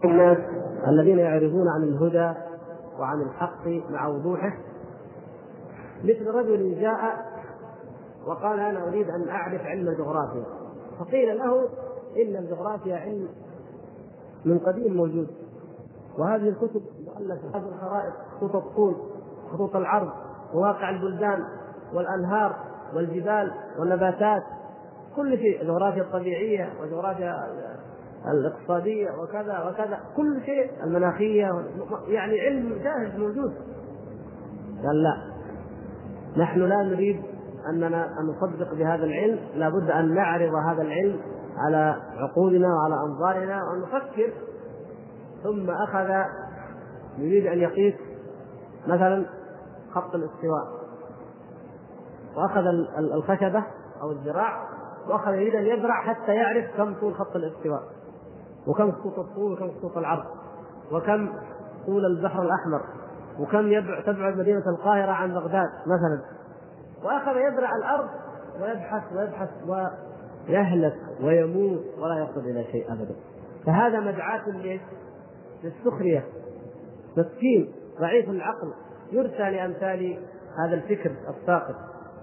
الناس الذين يعرضون عن الهدى وعن الحق مع وضوحه، مثل رجل جاء وقال أنا أريد أن أعرف علم الجغرافيا، فقيل له إن الجغرافيا علم من قديم موجود، وهذه الكتب مؤلفة، هذه الخرائط، خطوط الطول، خطوط العرض، مواقع البلدان والأنهار والجبال والنباتات، كل شيء، الجغرافيا الطبيعية والجغرافيا الاقتصادية وكذا وكذا، كل شيء، المناخية، يعني علم جاهز موجود. قال لا، نحن لا نريد أننا أن نصدق بهذا العلم، لابد أن نعرض هذا العلم على عقولنا وعلى أنظارنا وأن نفكر. ثم أخذ يريد أن يقيس مثلا خط الاستواء، وأخذ الخشبة أو الذراع، وأخذ يريد أن يزرع حتى يعرف كم طول خط الاستواء، وكم خطوط الطول، وكم خطوط العرض، وكم طول البحر الأحمر، وكم تبعد مدينة القاهرة عن بغداد مثلا. وأخذ يزرع الأرض ويبحث ويبحث ويهلك ويموت ولا يصل إلى شيء أبدا. فهذا مدعاة للسخرية، مسكين ضعيف العقل يرثى لأمثال هذا الفكر الساقط.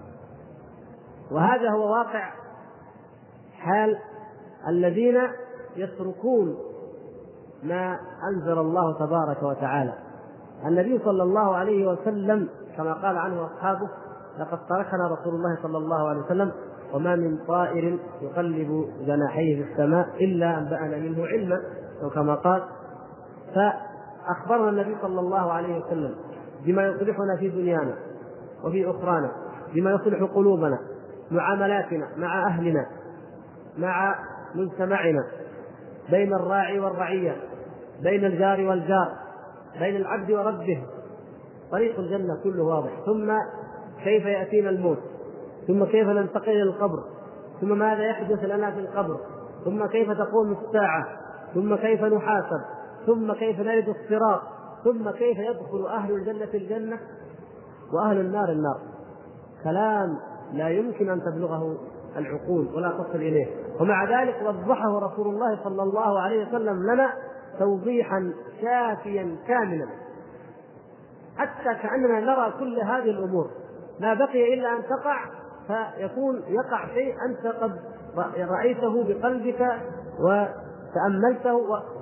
وهذا هو واقع حال الذين يتركون ما أنزل الله تبارك وتعالى. النبي صلى الله عليه وسلم كما قال عنه أصحابه: لقد تركنا رسول الله صلى الله عليه وسلم وما من طائر يقلب جناحيه في السماء إلا أنبأنا منه علما، وكما قال. فأخبرنا النبي صلى الله عليه وسلم بما يصلحنا في دنيانا وفي أخرانا، بما يصلح قلوبنا، معاملاتنا مع أهلنا، مع مجتمعنا، بين الراعي والرعية، بين الجار والجار، بين العبد وربه. طريق الجنة كله واضح. ثم كيف يأتينا الموت، ثم كيف ننتقل إلى القبر، ثم ماذا يحدث لنا في القبر، ثم كيف تقوم الساعة، ثم كيف نحاسب، ثم كيف نرد الصراط، ثم كيف يدخل أهل الجنة الجنة وأهل النار النار. كلام لا يمكن أن تبلغه العقول ولا تصل إليه، ومع ذلك وضحه رسول الله صلى الله عليه وسلم لنا توضيحا شافيا كاملا، حتى كأننا نرى كل هذه الأمور، ما بقي إلا أن تقع، فيكون يقع شيء أنت قد رأيته بقلبك وتأملته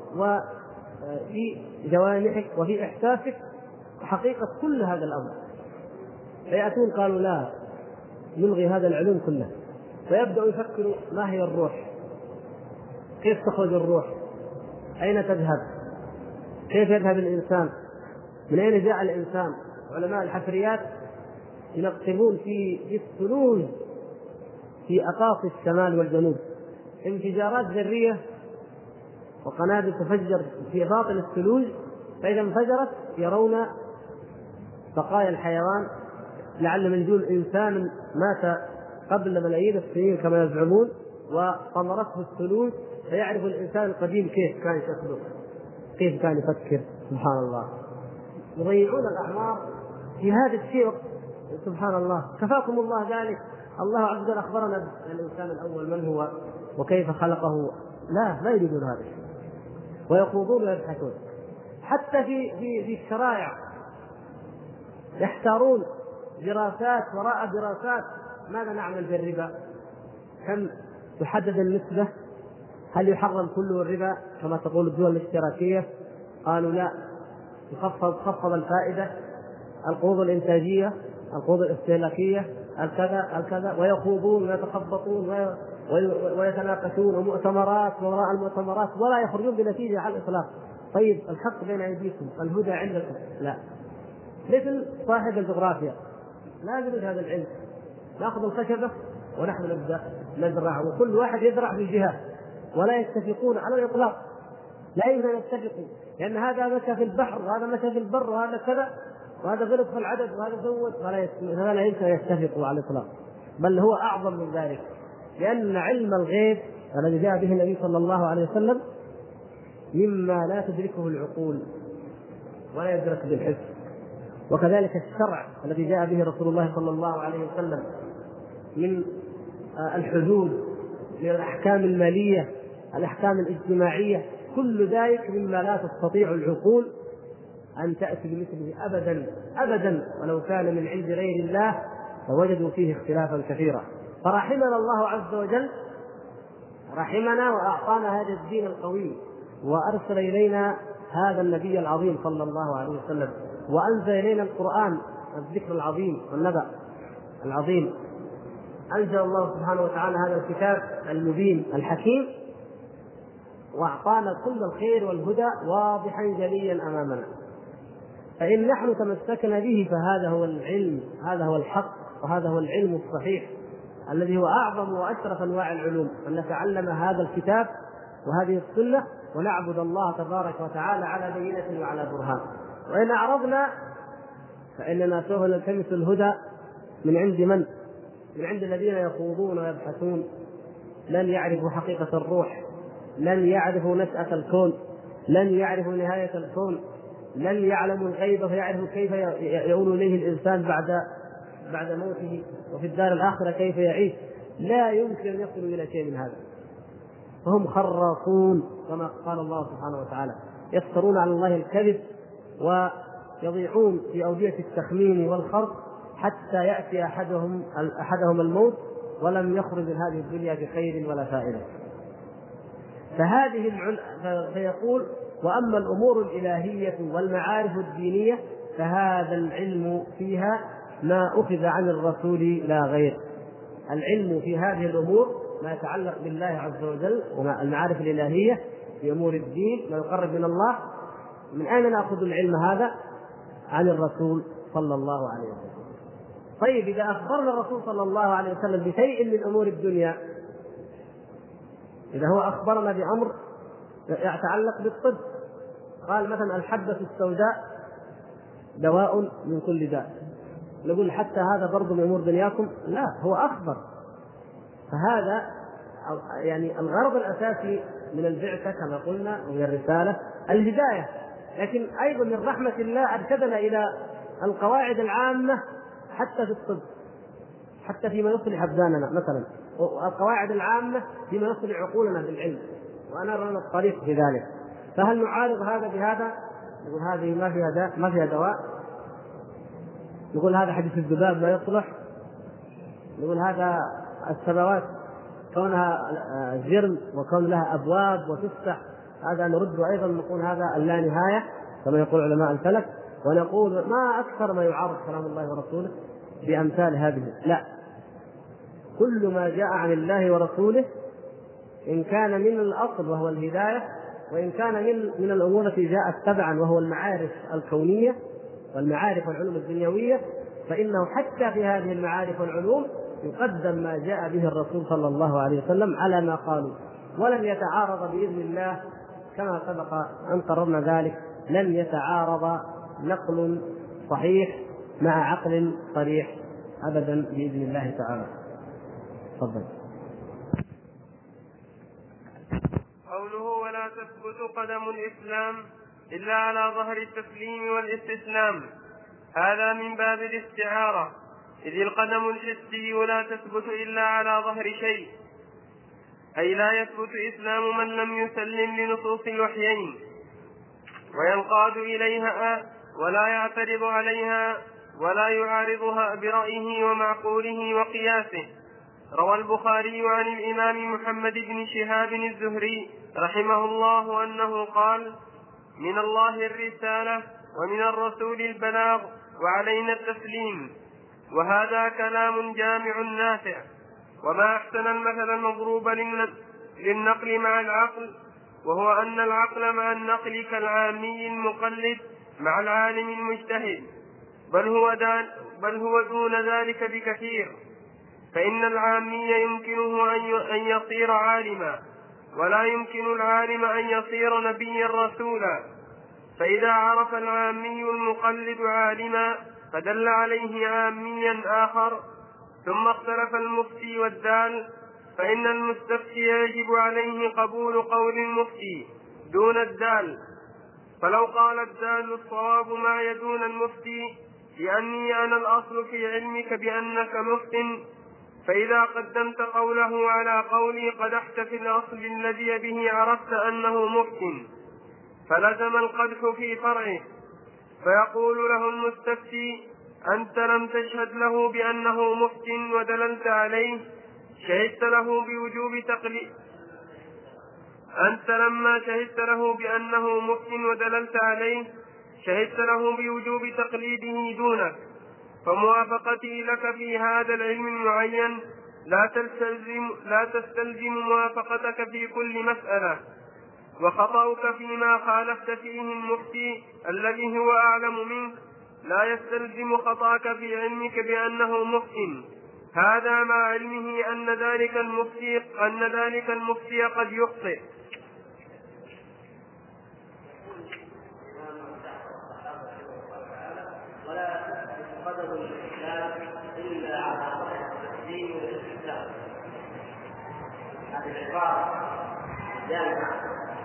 وفي جوانحك وفي إحساسك حقيقة كل هذا الأمر. فيأتون قالوا لا، نلغي هذا العلوم كله، ويبدأوا يفكروا ما هي الروح، كيف تخرج الروح، أين تذهب، كيف يذهب الإنسان، من أين جاء الإنسان. علماء الحفريات ينقبون في الثلوج في أقاصي الشمال والجنوب، انفجارات ذرية وقنابل تفجر في باطن الثلوج، فإذا انفجرت يرون بقايا الحيوان، لعل من دون إنسان مات قبل ملايين السنين كما يزعمون وطمرته الثلوج، فيعرف الإنسان القديم كيف كان شكله، كيف كان يفكر. سبحان الله، يضيعون الأعمار في هذا الشيء. سبحان الله، كفاكم الله ذلك. الله عز وجل أخبرنا الإنسان الأول من هو وكيف خلقه. لا يريدون هذا الشيء، ويخوضون ويبحثون. حتى في الشرائع يحتارون، دراسات وراء دراسات. ماذا نعمل بالربا؟ كم تحدد النسبة؟ هل يحرم كله الربا كما تقول الدول الاشتراكية؟ قالوا لا، تخفض الفائدة، القروض الإنتاجية، القروض الاستهلاكية، الكذا، ويخوضون ويتخبطون ويتناقشون، ومؤتمرات وراء المؤتمرات، ولا يخرجون بنتيجة على الإطلاق. طيب الحق بين أيديكم، الهدى عندكم. لا، مثل صاحب الجغرافيا لا يوجد هذا العلم. نأخذ الخشبة ونحن نبدأ نزرع، وكل واحد يزرع في جهة، ولا يتفقون على الإطلاق، لا يمكن أن يتفقوا، لأن هذا مشى في البحر وهذا مشى في البر وهذا كذا، وهذا غلط في العدد وهذا زود، ولا لا يمكن أن يتفقوا على الإطلاق. بل هو أعظم من ذلك، لأن علم الغيب الذي جاء به النبي صلى الله عليه وسلم مما لا تدركه العقول ولا يدرك بالحس. وكذلك الشرع الذي جاء به رسول الله صلى الله عليه وسلم من الحدود، من الأحكام المالية، الأحكام الاجتماعية، كل ذلك مما لا تستطيع العقول أن تأتي بمثله أبدا أبدا، ولو كان من عند غير الله فوجدوا فيه اختلافا كثيرا. فرحمنا الله عز وجل، رحمنا وأعطانا هذا الدين القوي، وأرسل إلينا هذا النبي العظيم صلى الله عليه وسلم، وأنزل إلينا القرآن الذكر العظيم والنبأ العظيم. أنزل الله سبحانه وتعالى هذا الكتاب المبين الحكيم، وأعطانا كل الخير والهدى واضحا جليا أمامنا. فإن نحن تمسكنا به فهذا هو العلم، هذا هو الحق، وهذا هو العلم الصحيح الذي هو أعظم وأشرف أنواع العلوم، أن نتعلم هذا الكتاب وهذه السنة ونعبد الله تبارك وتعالى على بينة وعلى برهان. وإن أعرضنا فإننا سوف نلتمس الهدى من عند من؟ من عند الذين يخوضون ويبحثون، لن يعرفوا حقيقة الروح، لن يعرفوا نشأة الكون، لن يعرفوا نهاية الكون، لن يعلموا الغيب فيعرفوا كيف يؤول إليه الإنسان بعد موته، وفي الدار الآخرة كيف يعيش. لا يمكن أن يصلوا إلى شيء من هذا، فهم خراصون كما قال الله سبحانه وتعالى، يفترون على الله الكذب ويضيعون في أودية التخمين والخرق حتى يأتي أحدهم الموت ولم يخرج من هذه الدنيا بخير ولا فائدة. فيقول: وأما الأمور الإلهية والمعارف الدينية فهذا العلم فيها ما أخذ عن الرسول لا غير. العلم في هذه الأمور ما يتعلق بالله عز وجل والمعارف الإلهية في أمور الدين، ما يقرب من الله. من أين نأخذ العلم هذا؟ عن الرسول صلى الله عليه وسلم. طيب، إذا أخبرنا الرسول صلى الله عليه وسلم بشيء من أمور الدنيا، إذا هو أخبرنا بأمر يتعلق بالطب، قال مثلا الحبة السوداء دواء من كل داء، نقول حتى هذا برضو من أمور دنياكم؟ لا، هو أخبر. فهذا يعني الغرض الأساسي من البعثة كما قلنا ومن الرسالة الهداية، لكن أيضا من رحمة الله أرشدنا إلى القواعد العامة حتى في الطب، حتى فيما يصلح أبداننا مثلا، والقواعد العامة فيما يصلح عقولنا بالعلم، وأنا أرى الطريق في ذلك. فهل نعارض هذا بهذا؟ نقول هذه ما فيها دواء، نقول هذا حديث الذباب لا يصلح، نقول هذا السماوات كونها جرم وكون لها أبواب وتفتح، هذا نرد أيضا، نقول هذا اللا نهاية كما يقول علماء الفلك، ونقول ما أكثر ما يعارض كلام الله ورسوله بأمثال هذه. لا، كل ما جاء عن الله ورسوله إن كان من الأصل وهو الهداية، وإن كان من الأمور التي جاءت تبعا وهو المعارف الكونية والمعارف والعلوم الدنيوية، فإنه حتى في هذه المعارف والعلوم يقدم ما جاء به الرسول صلى الله عليه وسلم على ما قالوا، ولن يتعارض بإذن الله كما سبق أن قررنا ذلك، لن يتعارض نقل صحيح مع عقل صريح أبدا بإذن الله تعالى. تفضل. قوله: ولا تثبت قدم الإسلام إلا على ظهر التسليم والاستسلام، هذا من باب الاستعارة، إذ القدم الحسي لا تثبت إلا على ظهر شيء، أي لا يثبت إسلام من لم يسلم لنصوص الوحيين وينقاد إليها ولا يعترض عليها ولا يعارضها برأيه ومعقوله وقياسه. روى البخاري عن الإمام محمد بن شهاب الزهري رحمه الله أنه قال: من الله الرسالة ومن الرسول البلاغ وعلينا التسليم. وهذا كلام جامع نافع. وما أحسن المثل المضروب للنقل مع العقل، وهو أن العقل مع النقل كالعامي المقلد مع العالم المجتهد، بل هو دون ذلك بكثير. فإن العامي يمكنه أن يصير عالما، ولا يمكن العالم أن يصير نبيا رسولا. فإذا عرف العامي المقلد عالما فدل عليه عاميا آخر، ثم اختلف المفتي والدال، فإن المستفتي يجب عليه قبول قول المفتي دون الدال. فلو قال الدال الصواب معي دون المفتي لأني أنا الأصل في علمك بأنك مفت، فإذا قدمت قوله على قولي قدحت في الأصل الذي به عرفت أنه محسن فلزم القدح في فرعه، فيقول له المستفتي: أنت لم تشهد له بأنه محسن ودللت عليه، شهدت له بوجوب تقليد، أنت لما شهدت له بأنه محسن ودللت عليه شهدت له بوجوب تقليده دونك، فموافقتي لك في هذا العلم المعين لا تستلزم موافقتك في كل مسألة، وخطأك فيما خالفت فيه المفتي الذي هو أعلم منك لا يستلزم خطأك في علمك بأنه محسن، هذا مع علمه أن ذلك المفتي قد يخطئ. ولا قدر الإسلام إلا على ظهر التسليم والاستسلام. هذه العبارة جامعة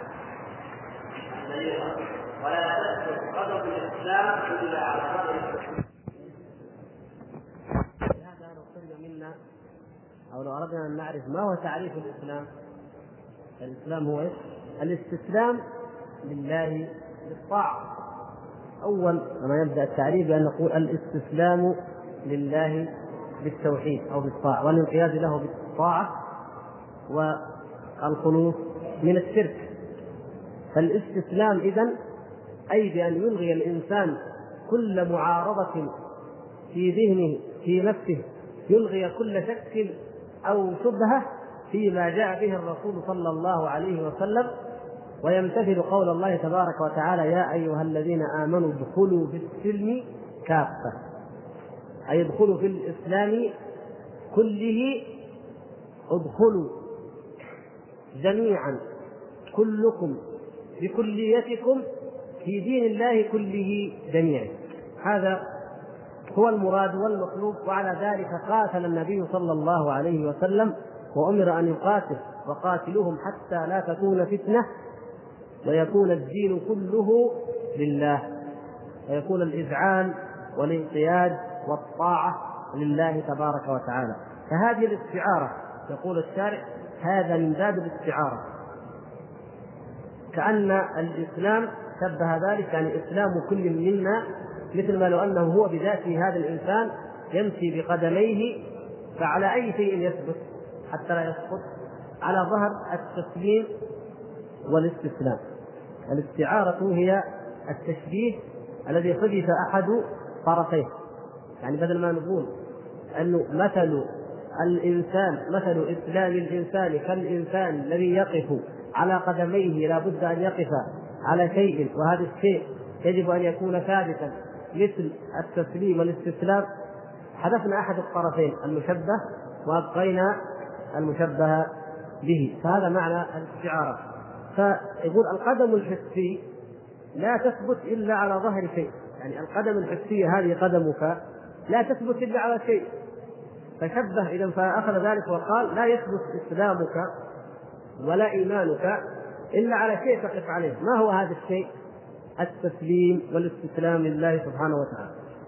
بليغة. ولا تثبت قدر الإسلام إلا على ظهر التسليم. لهذا لو طلب منا أو لو أردنا أن نعرف ما هو تعريف الإسلام، الإسلام هو الاستسلام لله بالطاعة. أول ما يبدأ التعريف بأن نقول الاستسلام لله بالتوحيد أو بالطاعة، والانقياد له بالطاعة والخلوص من الشرك. فالاستسلام إذن أي بأن يلغي الإنسان كل معارضة في ذهنه في نفسه، يلغي كل شك أو شبهة فيما جاء به الرسول صلى الله عليه وسلم، ويمتثل قول الله تبارك وتعالى: يا أيها الذين آمنوا ادخلوا في السلم كافة، أي ادخلوا في الإسلام كله، ادخلوا جميعا كلكم بكليتكم في دين الله كله جميعا. هذا هو المراد والمطلوب، وعلى ذلك قاتل النبي صلى الله عليه وسلم وأمر أن يقاتل: وقاتلوهم حتى لا تكون فتنة ويكون الدين كله لله، ويكون الإذعان والانقياد والطاعة لله تبارك وتعالى. فهذه الاستعارة يقول الشارع هذا من باب الاستعارة، كأن الإسلام شبه ذلك، يعني إسلام كل منا، مثل ما لو أنه هو بذاته هذا الإنسان يمشي بقدميه، فعلى أي شيء يثبت حتى لا يسقط؟ على ظهر التسليم والاستسلام. الاستعارة هي التشبيه الذي حدث أحد طرفيه، يعني بدل ما نقول أنه مثل الإنسان مثل إسلام الإنسان كالإنسان الذي يقف على قدميه لا بد أن يقف على شيء، وهذا الشيء يجب أن يكون ثابتا مثل التسليم والاستسلام، حذفنا أحد الطرفين المشبه وأبقينا المشبه به، فهذا معنى الاستعارة. فيقول القدم الحسي لا تثبت إلا على ظهر شيء، يعني القدم الحسية هذه قدمك لا تثبت إلا على شيء، فشبه إذا، فأخذ ذلك وقال لا يثبت إسلامك ولا إيمانك إلا على شيء تقف عليه. ما هو هذا الشيء؟ التسليم والاستسلام لله سبحانه وتعالى.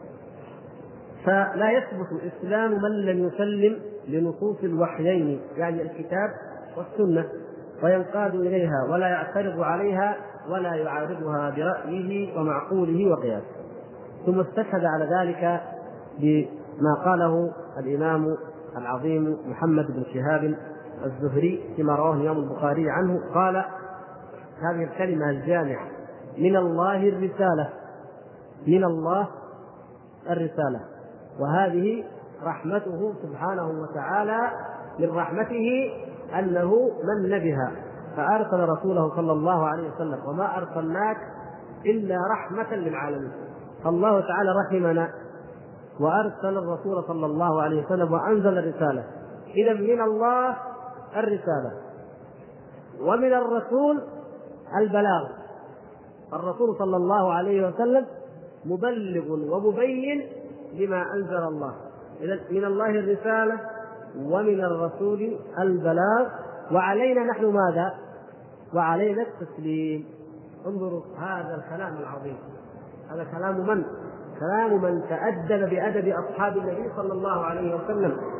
فلا يثبت إسلام من لم يسلم لنصوص الوحيين، يعني الكتاب والسنة، وينقاد إليها ولا يعترض عليها ولا يعارضها برأيه ومعقوله وقياسه. ثم استشهد على ذلك بما قاله الإمام العظيم محمد بن شهاب الزهري فيما رواه الإمام البخاري عنه، قال هذه الكلمة الجامعة: من الله الرسالة، من الله الرسالة، وهذه رحمته سبحانه وتعالى، من رحمته أنه من بها فأرسل رسوله صلى الله عليه وسلم: وما أرسلناك إلا رحمة للعالمين. فالله تعالى رحمنا وأرسل الرسول صلى الله عليه وسلم وأنزل الرسالة. إذا من الله الرسالة، ومن الرسول البلاغ. الرسول صلى الله عليه وسلم مبلغ ومبين لما أنزل الله. إذا من الله الرسالة ومن الرسول البلاغ، وعلينا نحن ماذا؟ وعلينا التسليم. انظروا هذا الكلام العظيم، هذا كلام من تأدب بأدب أصحاب النبي صلى الله عليه وسلم،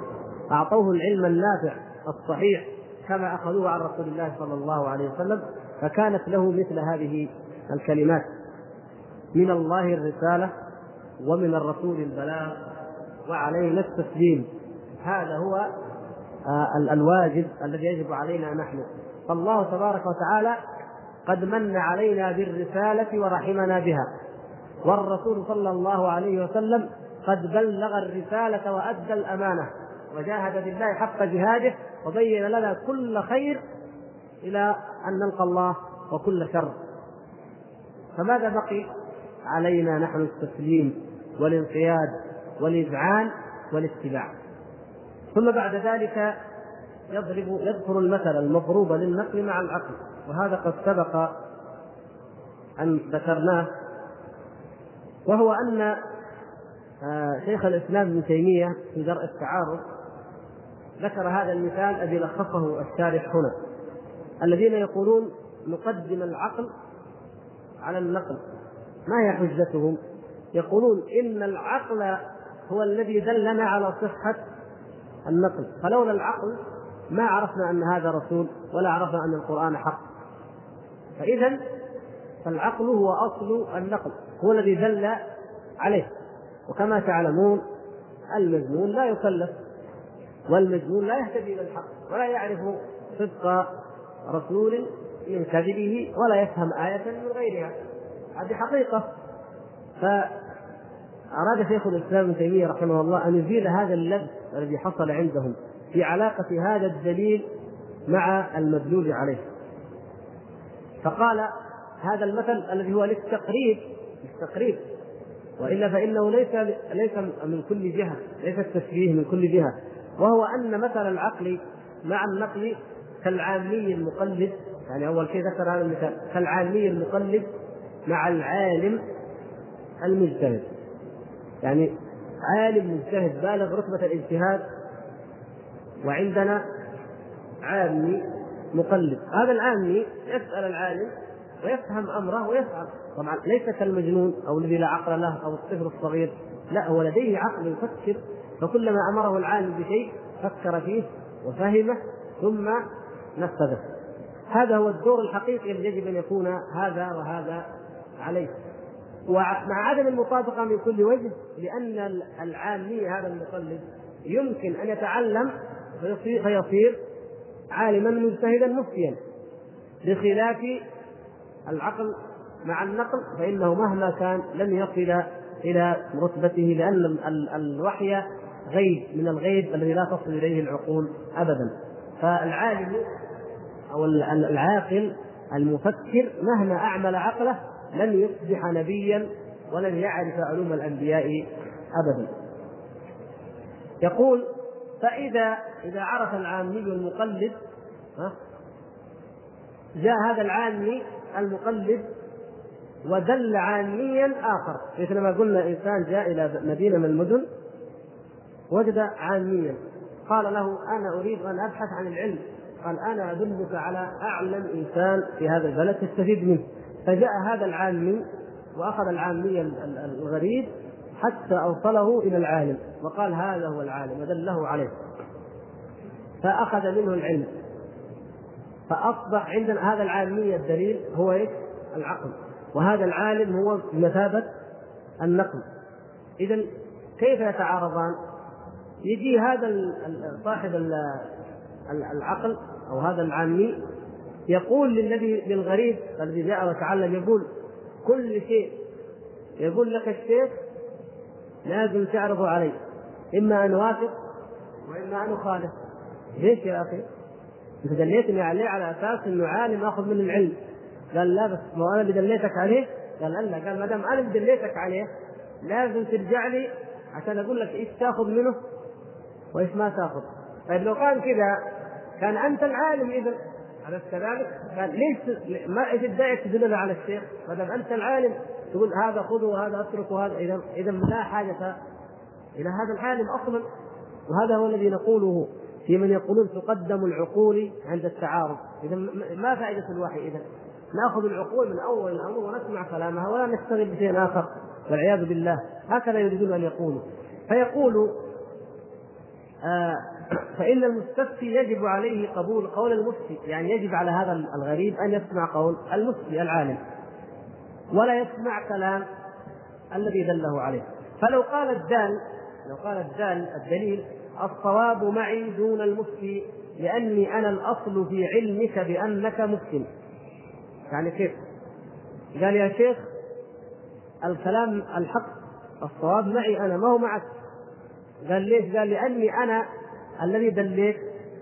أعطوه العلم النافع الصحيح كما أخذوه عن رسول الله صلى الله عليه وسلم، فكانت له مثل هذه الكلمات: من الله الرسالة ومن الرسول البلاغ وعلينا التسليم. هذا هو الواجب الذي يجب علينا نحن. فالله تبارك وتعالى قد من علينا بالرسالة ورحمنا بها، والرسول صلى الله عليه وسلم قد بلغ الرسالة وأدى الأمانة وجاهد بالله حق جهاده وبين لنا كل خير إلى أن نلقى الله وكل شر. فماذا بقي علينا؟ نحن التسليم والانقياد والإذعان والاتباع. ثم بعد ذلك يذكر المثل المضروب للنقل مع العقل، وهذا قد سبق أن ذكرناه، وهو أن شيخ الإسلام ابن تيمية في درء التعارض ذكر هذا المثال الذي لخصه الشارح هنا: الذين يقولون نقدم العقل على النقل، ما هي حجتهم؟ يقولون إن العقل هو الذي دلنا على صحة النقل، فلولا العقل ما عرفنا أن هذا رسول ولا عرفنا أن القرآن حق. فإذا فالعقل هو أصل النقل، هو الذي دل عليه. وكما تعلمون المجنون لا يكلف، والمجنون لا يهتدي إلى الحق ولا يعرف صدق رسول من كذبه ولا يفهم آية من غيرها، هذه حقيقة. فأراد شيخ الإسلام ابن تيمية رحمه الله أن يزيل هذا اللبس الذي حصل عندهم في علاقة هذا الدليل مع المدلول عليه، فقال: هذا المثل الذي هو للتقريب، وإلا فإنه ليس من كل جهة، ليس التشبيه من كل جهة، وهو أن مثل العقل مع النقل كالعامي المقلد. يعني أول شيء ذكر هذا المثال: كالعامي المقلد مع العالم المجتهد. يعني عالم مجتهد بالغ رتبة الاجتهاد، وعندنا عامي مقلد. هذا العامي يسأل العالم ويفهم أمره ويفعل، طبعا ليس كالمجنون أو الذي لا عقل له أو الطفل الصغير، لا، هو لديه عقل يفكر، فكلما أمره العالم بشيء فكر فيه وفهمه ثم نفذه. هذا هو الدور الحقيقي الذي يجب أن يكون هذا وهذا عليه، ومع عدم المطابقة من كل وجه، لأن العامي هذا المقلد يمكن أن يتعلم فيصير عالما مجتهدا مفتيا، بخلاف العقل مع النقل فإنه مهما كان لن يصل إلى رتبته، لأن الوحي غيب من الغيب الذي لا تصل إليه العقول أبدا. فالعالم أو العاقل المفكر مهما أعمل عقله لن يصبح نبيا ولن يعرف علوم الأنبياء أبدا. يقول: فإذا عرف العامي المقلد، جاء هذا العامي المقلد ودل عاميا آخر، مثل ما قلنا إنسان جاء إلى مدينة من المدن وجد عاميا قال له: أنا أريد أن أبحث عن العلم، قال: أنا أدلك على أعلم إنسان في هذا البلد تستفيد منه. فجاء هذا العامي وأخذ العامي الغريب حتى أوصله إلى العالم وقال: هذا هو العالم، ودله عليه، فأخذ منه العلم، فأصبح عندنا هذا العالمي الدليل هو العقل، وهذا العالم هو بمثابة النقل. إذن كيف يتعارضان؟ يجي هذا صاحب العقل أو هذا العامي يقول للغريب الذي جاء وتعلم، يقول: كل شيء يقول لك الشيخ لازم تعرضه علي، إما أن أوافق وإما أن أخالف. ليش يا أخي؟ أنت دليتني عليه على أساس أنه عالم أخذ منه العلم. قال: لا، بس ما أنا اللي دليتك عليه. قال: لا. قال: ما دام أنا اللي دليتك عليه لازم ترجع لي عشان أقول لك إيش تأخذ منه وإيش ما تأخذ. طيب لو كان كذا كان أنت العالم، إذا على كذلك قال: ليش ما إيش الداعي تدل على الشيخ؟ ما دام أنت العالم تقول هذا خذه وهذا اترك وهذا، إذا لا حاجة إلى هذا العالم أصلا. وهذا هو الذي نقوله في من يقولون تقدم العقول عند التعارض. إذا ما فائدة الوحي؟ إذا نأخذ العقول من أول الأمر ونسمع كلامها ولا نشتغل بشيء آخر، والعياذ بالله. هكذا يريدون أن يقولوا. فيقول فإن المستفتي يجب عليه قبول قول المفتي، يعني يجب على هذا الغريب أن يسمع قول المفتي العالم ولا يسمع كلام الذي دله عليه. فلو قال الدال الدليل الصواب معي دون المفتي لأني أنا الأصل في علمك بأنك مفتي، يعني كيف؟ قال يا شيخ الكلام الحق الصواب معي أنا ما هو معك. قال ليش؟ قال لأني أنا الذي دليت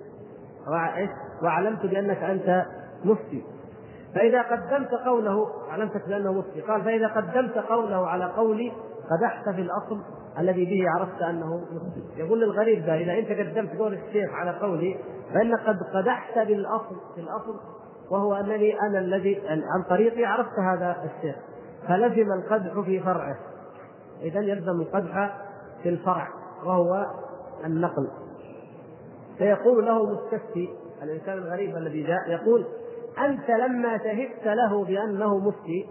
وعلمت بأنك أنت مفتي، فإذا قدمت قوله علمتك بأنه مفتي. قال فإذا قدمت قوله على قولي قدحت في الأصل الذي به عرفت أنه مفتي. يقول للغريب ده إذا أنت قدمت قول الشيخ على قولي فإنك قد قدحت بالأصل في الأصل، وهو أنني أنا الذي عن طريقي عرفت هذا الشيخ، فلزم القدح في فرعه. إذا يلزم القدح في الفرع وهو النقل. فيقول له المستفتي الإنسان الغريب الذي جاء يقول أنت لما شهدت له بأنه مفتي،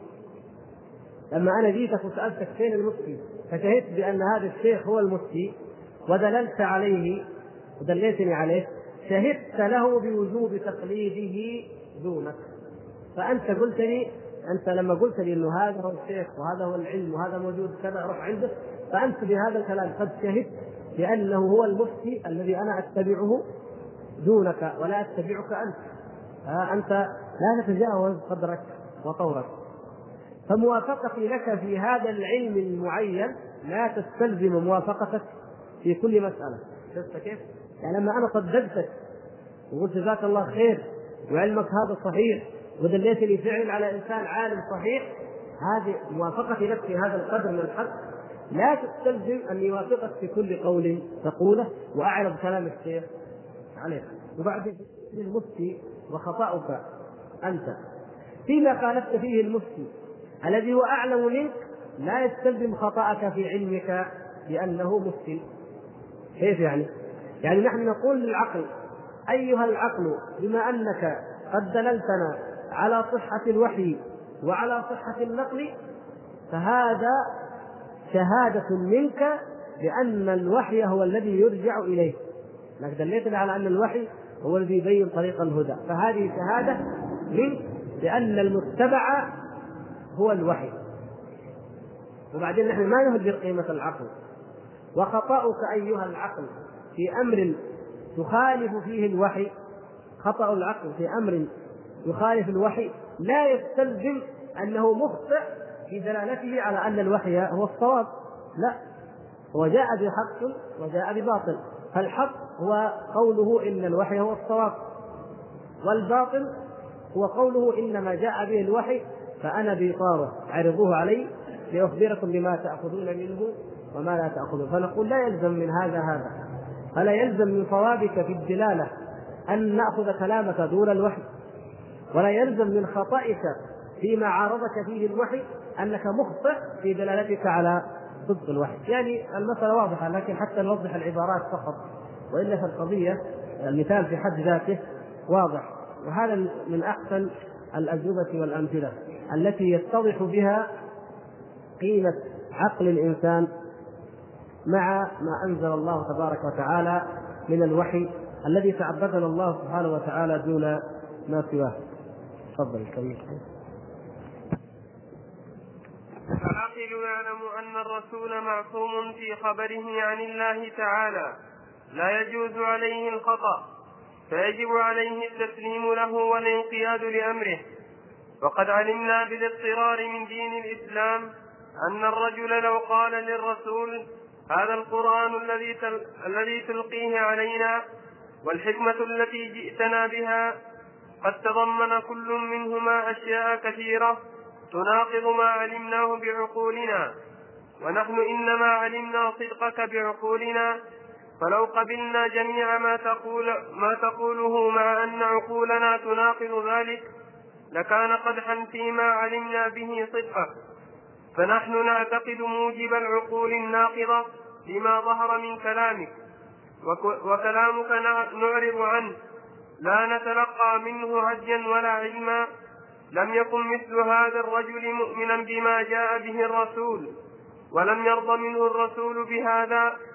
لما أنا جيتك وسألتك فين المفتي فشهدت بأن هذا الشيخ هو المفتي ودللت عليه ودليتني عليه، شهدت له بوجوب تقليده دونك. فأنت قلت لي، أنت لما قلت لي أنه هذا هو الشيخ وهذا هو العلم وهذا موجود كذا روح عنده، فأنت بهذا الكلام قد شهدت بأنه هو المفتي الذي أنا أتبعه دونك ولا أتبعك أنت. أنت لا تتجاوز قدرك وطورك، فموافقتي لك في هذا العلم المعين لا تستلزم موافقتك في كل مسألة. شفت كيف؟ يعني لما أنا صدقتك وقلت جزاك الله خير وعلمك هذا صحيح ودليتني فعل على إنسان عالم صحيح، هذه موافقتي لك في هذا القدر من الحق لا تستلزم أن يوافقك في كل قول تقوله وأعرض كلام الشيخ عليك. وبعد المفتي وخطأك أنت فيما خالفت فيه المفتي الذي هو أعلم منك لا يستلزم خطأك في علمك بأنه مفتي. كيف يعني؟ يعني نحن نقول للعقل أيها العقل بما أنك قد دللتنا على صحة الوحي وعلى صحة النقل فهذا شهادة منك بأن الوحي هو الذي يرجع إليه، لكن دليتنا على أن الوحي هو الذي يبين طريق الهدى، فهذه شهادة منك بأن المتبع هو الوحي. وبعدين نحن ما نهدر قيمة العقل. وخطأك أيها العقل في أمر تخالف فيه الوحي، خطأ العقل في أمر يخالف الوحي لا يستلزم أنه مخطئ في دلالته على أن الوحي هو الصواب، لا، هو جاء بحق وجاء بباطل. فالحق هو قوله إن الوحي هو الصواب، والباطل هو قوله إنما جاء به الوحي فأنا بإطاره عرضوه علي لأخبركم بما تأخذون منه وما لا تأخذون. فنقول لا يلزم من هذا فلا يلزم من صوابك في الدلالة أن نأخذ كلامك دون الوحي، ولا يلزم من خطئك فيما عارضك فيه الوحي أنك مخطئ في دلالتك على صدق الوحي. يعني المسألة واضحة، لكن حتى نوضح العبارات فقط، وإلا فالقضية المثال في حد ذاته واضح. وهذا من أحسن الأجوبة والأمثلة التي يتضح بها قيمة عقل الإنسان مع ما أنزل الله تبارك وتعالى من الوحي الذي تعبدنا الله سبحانه وتعالى دون ما سواه. تفضل كريم. فالعاقل يعلم أن الرسول معصوم في خبره عن الله تعالى لا يجوز عليه الخطأ، فيجب عليه التسليم له والانقياد لأمره. وقد علمنا بالاضطرار من دين الإسلام أن الرجل لو قال للرسول هذا القرآن الذي تلقيه علينا والحكمة التي جئتنا بها قد تضمن كل منهما أشياء كثيرة تناقض ما علمناه بعقولنا، ونحن إنما علمنا صدقك بعقولنا، فلو قبلنا جميع ما تقوله مع أن عقولنا تناقض ذلك لكان قدحا فيما علمنا به صدقك. فنحن نعتقد موجب العقول الناقضة فيما ظهر من كلامك، وكلامك نعرض عنه لا نتلقى منه هجا ولا علما. لم يكن مثل هذا الرجل مؤمنا بما جاء به الرسول، ولم يرض منه الرسول بهذا،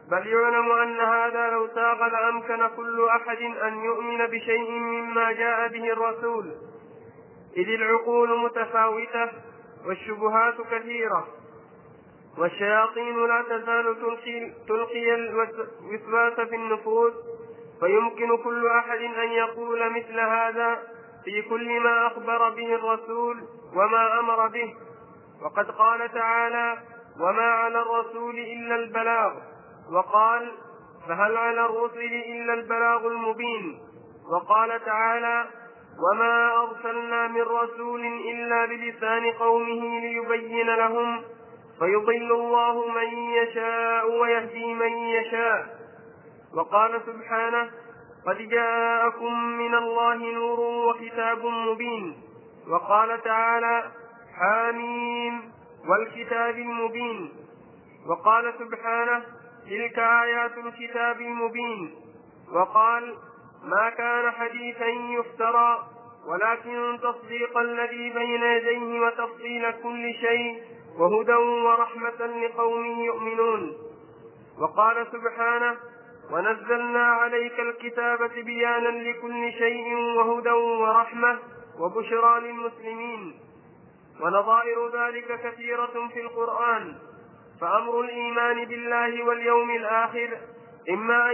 بل يعلم أن هذا لو ساغ لأمكن كل أحد أن يؤمن بشيء مما جاء به الرسول، إذ العقول متفاوتة والشبهات كثيرة، والشياطين لا تزال تلقي الوسواس في النفوس، فيمكن كل أحد أن يقول مثل هذا في كل ما أخبر به الرسول وما أمر به. وقد قال تعالى: وما على الرسول إلا البلاغ، وقال: فهل على الرسل إلا البلاغ المبين. وقال تعالى: وما أرسلنا من رسول إلا بلسان قومه ليبين لهم، فيضل الله من يشاء ويهدي من يشاء. وقال سبحانه: قد جاءكم من الله نور وكتاب مبين. وقال تعالى: حاميم والكتاب المبين. وقال سبحانه: تلك آيات الكتاب المبين. وقال: ما كان حديثا يفترى، ولكن تصديق الذي بين يديه وتفصيل كل شيء وهدى ورحمة لقوم يؤمنون. وقال سبحانه: ونزلنا عليك الكتاب تبيانا لكل شيء وهدى ورحمة وبشرى للمسلمين. ونظائر ذلك كثيرة في القرآن. فأمر الإيمان بالله واليوم الآخر إما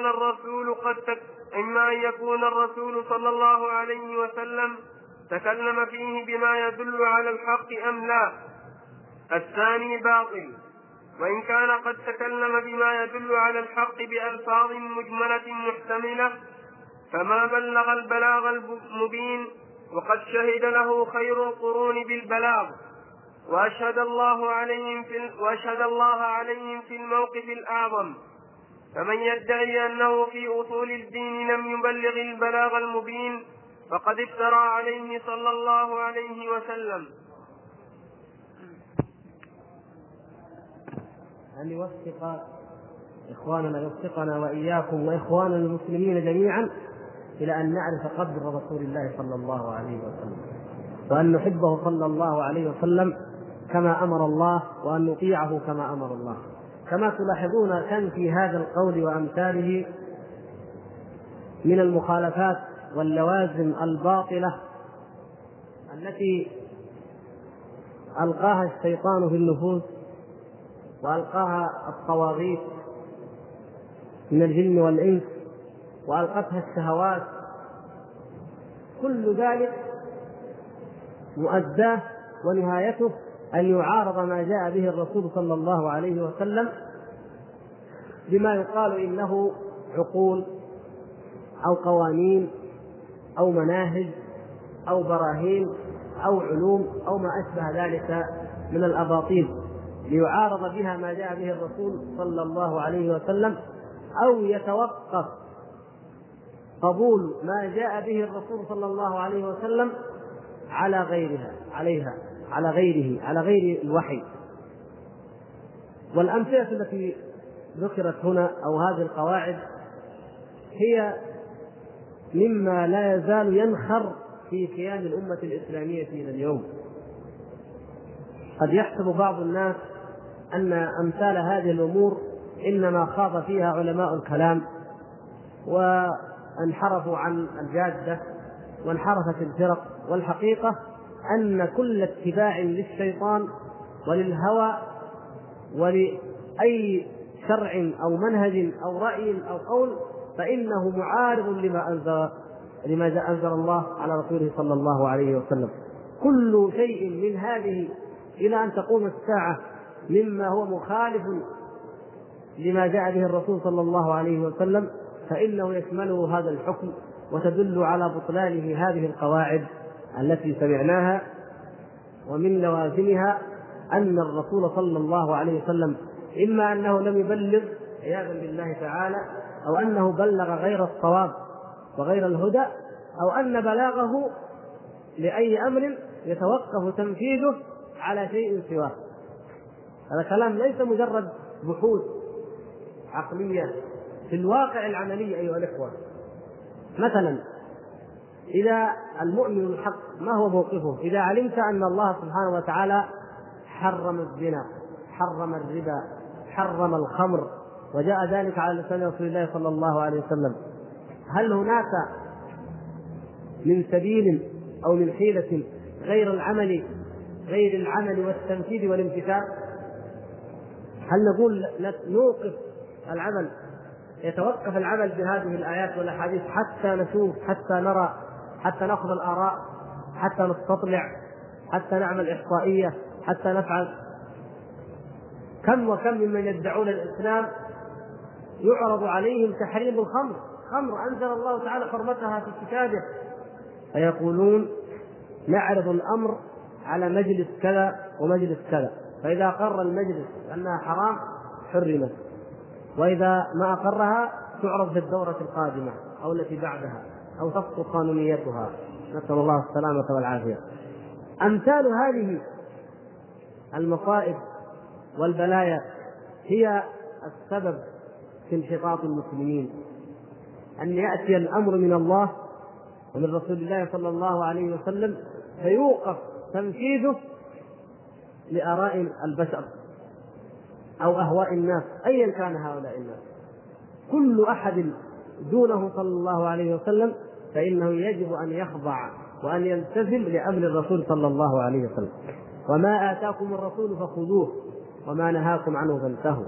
أن يكون الرسول صلى الله عليه وسلم تكلم فيه بما يدل على الحق أم لا، الثاني باطل. وإن كان قد تكلم بما يدل على الحق بألفاظ مجملة محتملة فما بلغ البلاغ المبين، وقد شهد له خير القرون بالبلاغ، وأشهد الله عليهم في الموقف الأعظم. فمن يدعي أنه في أصول الدين لم يبلغ البلاغ المبين فقد افترى عليه صلى الله عليه وسلم. أن يوفق إخواننا، يوفقنا وإياكم وإخواننا المسلمين جميعا إلى أن نعرف قدر رسول الله صلى الله عليه وسلم، وأن نحبه صلى الله عليه وسلم كما أمر الله، وأن نطيعه كما أمر الله. كما تلاحظون كان في هذا القول وأمثاله من المخالفات واللوازم الباطلة التي ألقاها الشيطان في النفوس وألقاها الطواغيت من الجن والإنس وألقتها الشهوات. كل ذلك مؤداه ونهايته أن يعارض ما جاء به الرسول صلى الله عليه وسلم بما يقال إنه عقول أو قوانين أو مناهج أو براهين أو علوم أو ما أشبه ذلك من الأباطيل، ليعارض بها ما جاء به الرسول صلى الله عليه وسلم، أو يتوقف قبول ما جاء به الرسول صلى الله عليه وسلم على غير الوحي. والأمثلة التي ذكرت هنا أو هذه القواعد هي مما لا يزال ينخر في كيان الأمة الإسلامية إلى اليوم. قد يحسب بعض الناس أن أمثال هذه الأمور إنما خاض فيها علماء الكلام وانحرفوا عن الجادة وانحرفت الفرق، والحقيقة أن كل اتباع للشيطان وللهوى ولأي شرع أو منهج أو رأي أو قول فإنه معارض لما أنزل الله على رسوله صلى الله عليه وسلم. كل شيء من هذه إلى أن تقوم الساعة مما هو مخالف لما جاء به الرسول صلى الله عليه وسلم فإنه يشمله هذا الحكم، وتدل على بطلانه هذه القواعد التي سمعناها. ومن لوازمها أن الرسول صلى الله عليه وسلم إما أنه لم يبلغ عياذا بالله تعالى، أو أنه بلغ غير الصواب وغير الهدى، أو أن بلاغه لأي أمر يتوقف تنفيذه على شيء سواه. هذا كلام ليس مجرد بحوث عقلية، في الواقع العملي أيها الإخوة. مثلا إذا المؤمن الحق ما هو موقفه إذا علمت أن الله سبحانه وتعالى حرم الزنا، حرم الربا، حرم الخمر، وجاء ذلك على لسان رسول الله صلى الله عليه وسلم، هل هناك من سبيل أو من حيلة غير العمل والتنفيذ والامتثال؟ هل نقول نوقف العمل، يتوقف العمل بهذه الآيات والأحاديث حتى نشوف، حتى نرى، حتى نأخذ الآراء، حتى نستطلع، حتى نعمل إحصائية، حتى نفعل؟ كم وكم ممن يدعون الإسلام يعرض عليهم تحريم الخمر، خمر أنزل الله تعالى حرمتها في كتابه، فيقولون نعرض الأمر على مجلس كذا ومجلس كذا، فإذا أقر المجلس أنها حرام حرمت، وإذا ما أقرها تعرض في الدورة القادمة أو التي بعدها أو تسقط قانونيتها، نسأل الله السلامة والعافية. أمثال هذه المصائب والبلايا هي السبب في انحطاط المسلمين، أن يأتي الأمر من الله ومن رسول الله صلى الله عليه وسلم فيوقف تنفيذه لآراء البشر أو أهواء الناس أيا كان هؤلاء الناس. كل أحد دونه صلى الله عليه وسلم فإنه يجب أن يخضع وأن يلتزم لأمر الرسول صلى الله عليه وسلم. وما آتاكم الرسول فخذوه وما نهاكم عنه فانتهوا.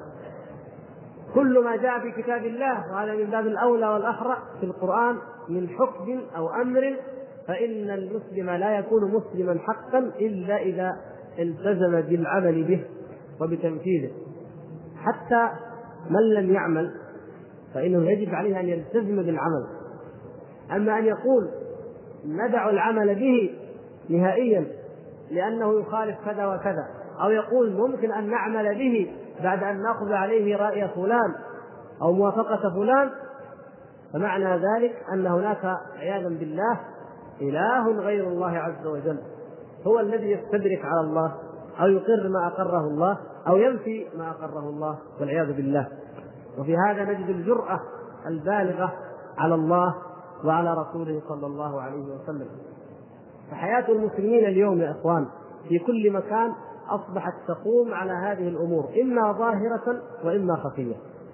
كل ما جاء في كتاب الله، وهذا من باب الأولى والأحرى في القرآن، من حكم أو أمر، فإن المسلم لا يكون مسلما حقا إلا إذا التزم بالعمل به وبتنفيذه. حتى من لم يعمل فإنه يجب عليه أن يلتزم بالعمل. أما أن يقول ندع العمل به نهائيا لأنه يخالف كذا وكذا، أو يقول ممكن أن نعمل به بعد أن نأخذ عليه رأي فلان أو موافقة فلان، فمعنى ذلك أن هناك عياذا بالله إله غير الله عز وجل هو الذي يستدرك على الله أو يقر ما أقره الله أو ينفي ما أقره الله والعياذ بالله. وفي هذا نجد الجرأة البالغة على الله وعلى رسوله صلى الله عليه وسلم. فحياة المسلمين اليوم يا إخوان في كل مكان أصبحت تقوم على هذه الأمور، إما ظاهرة وإما خفية.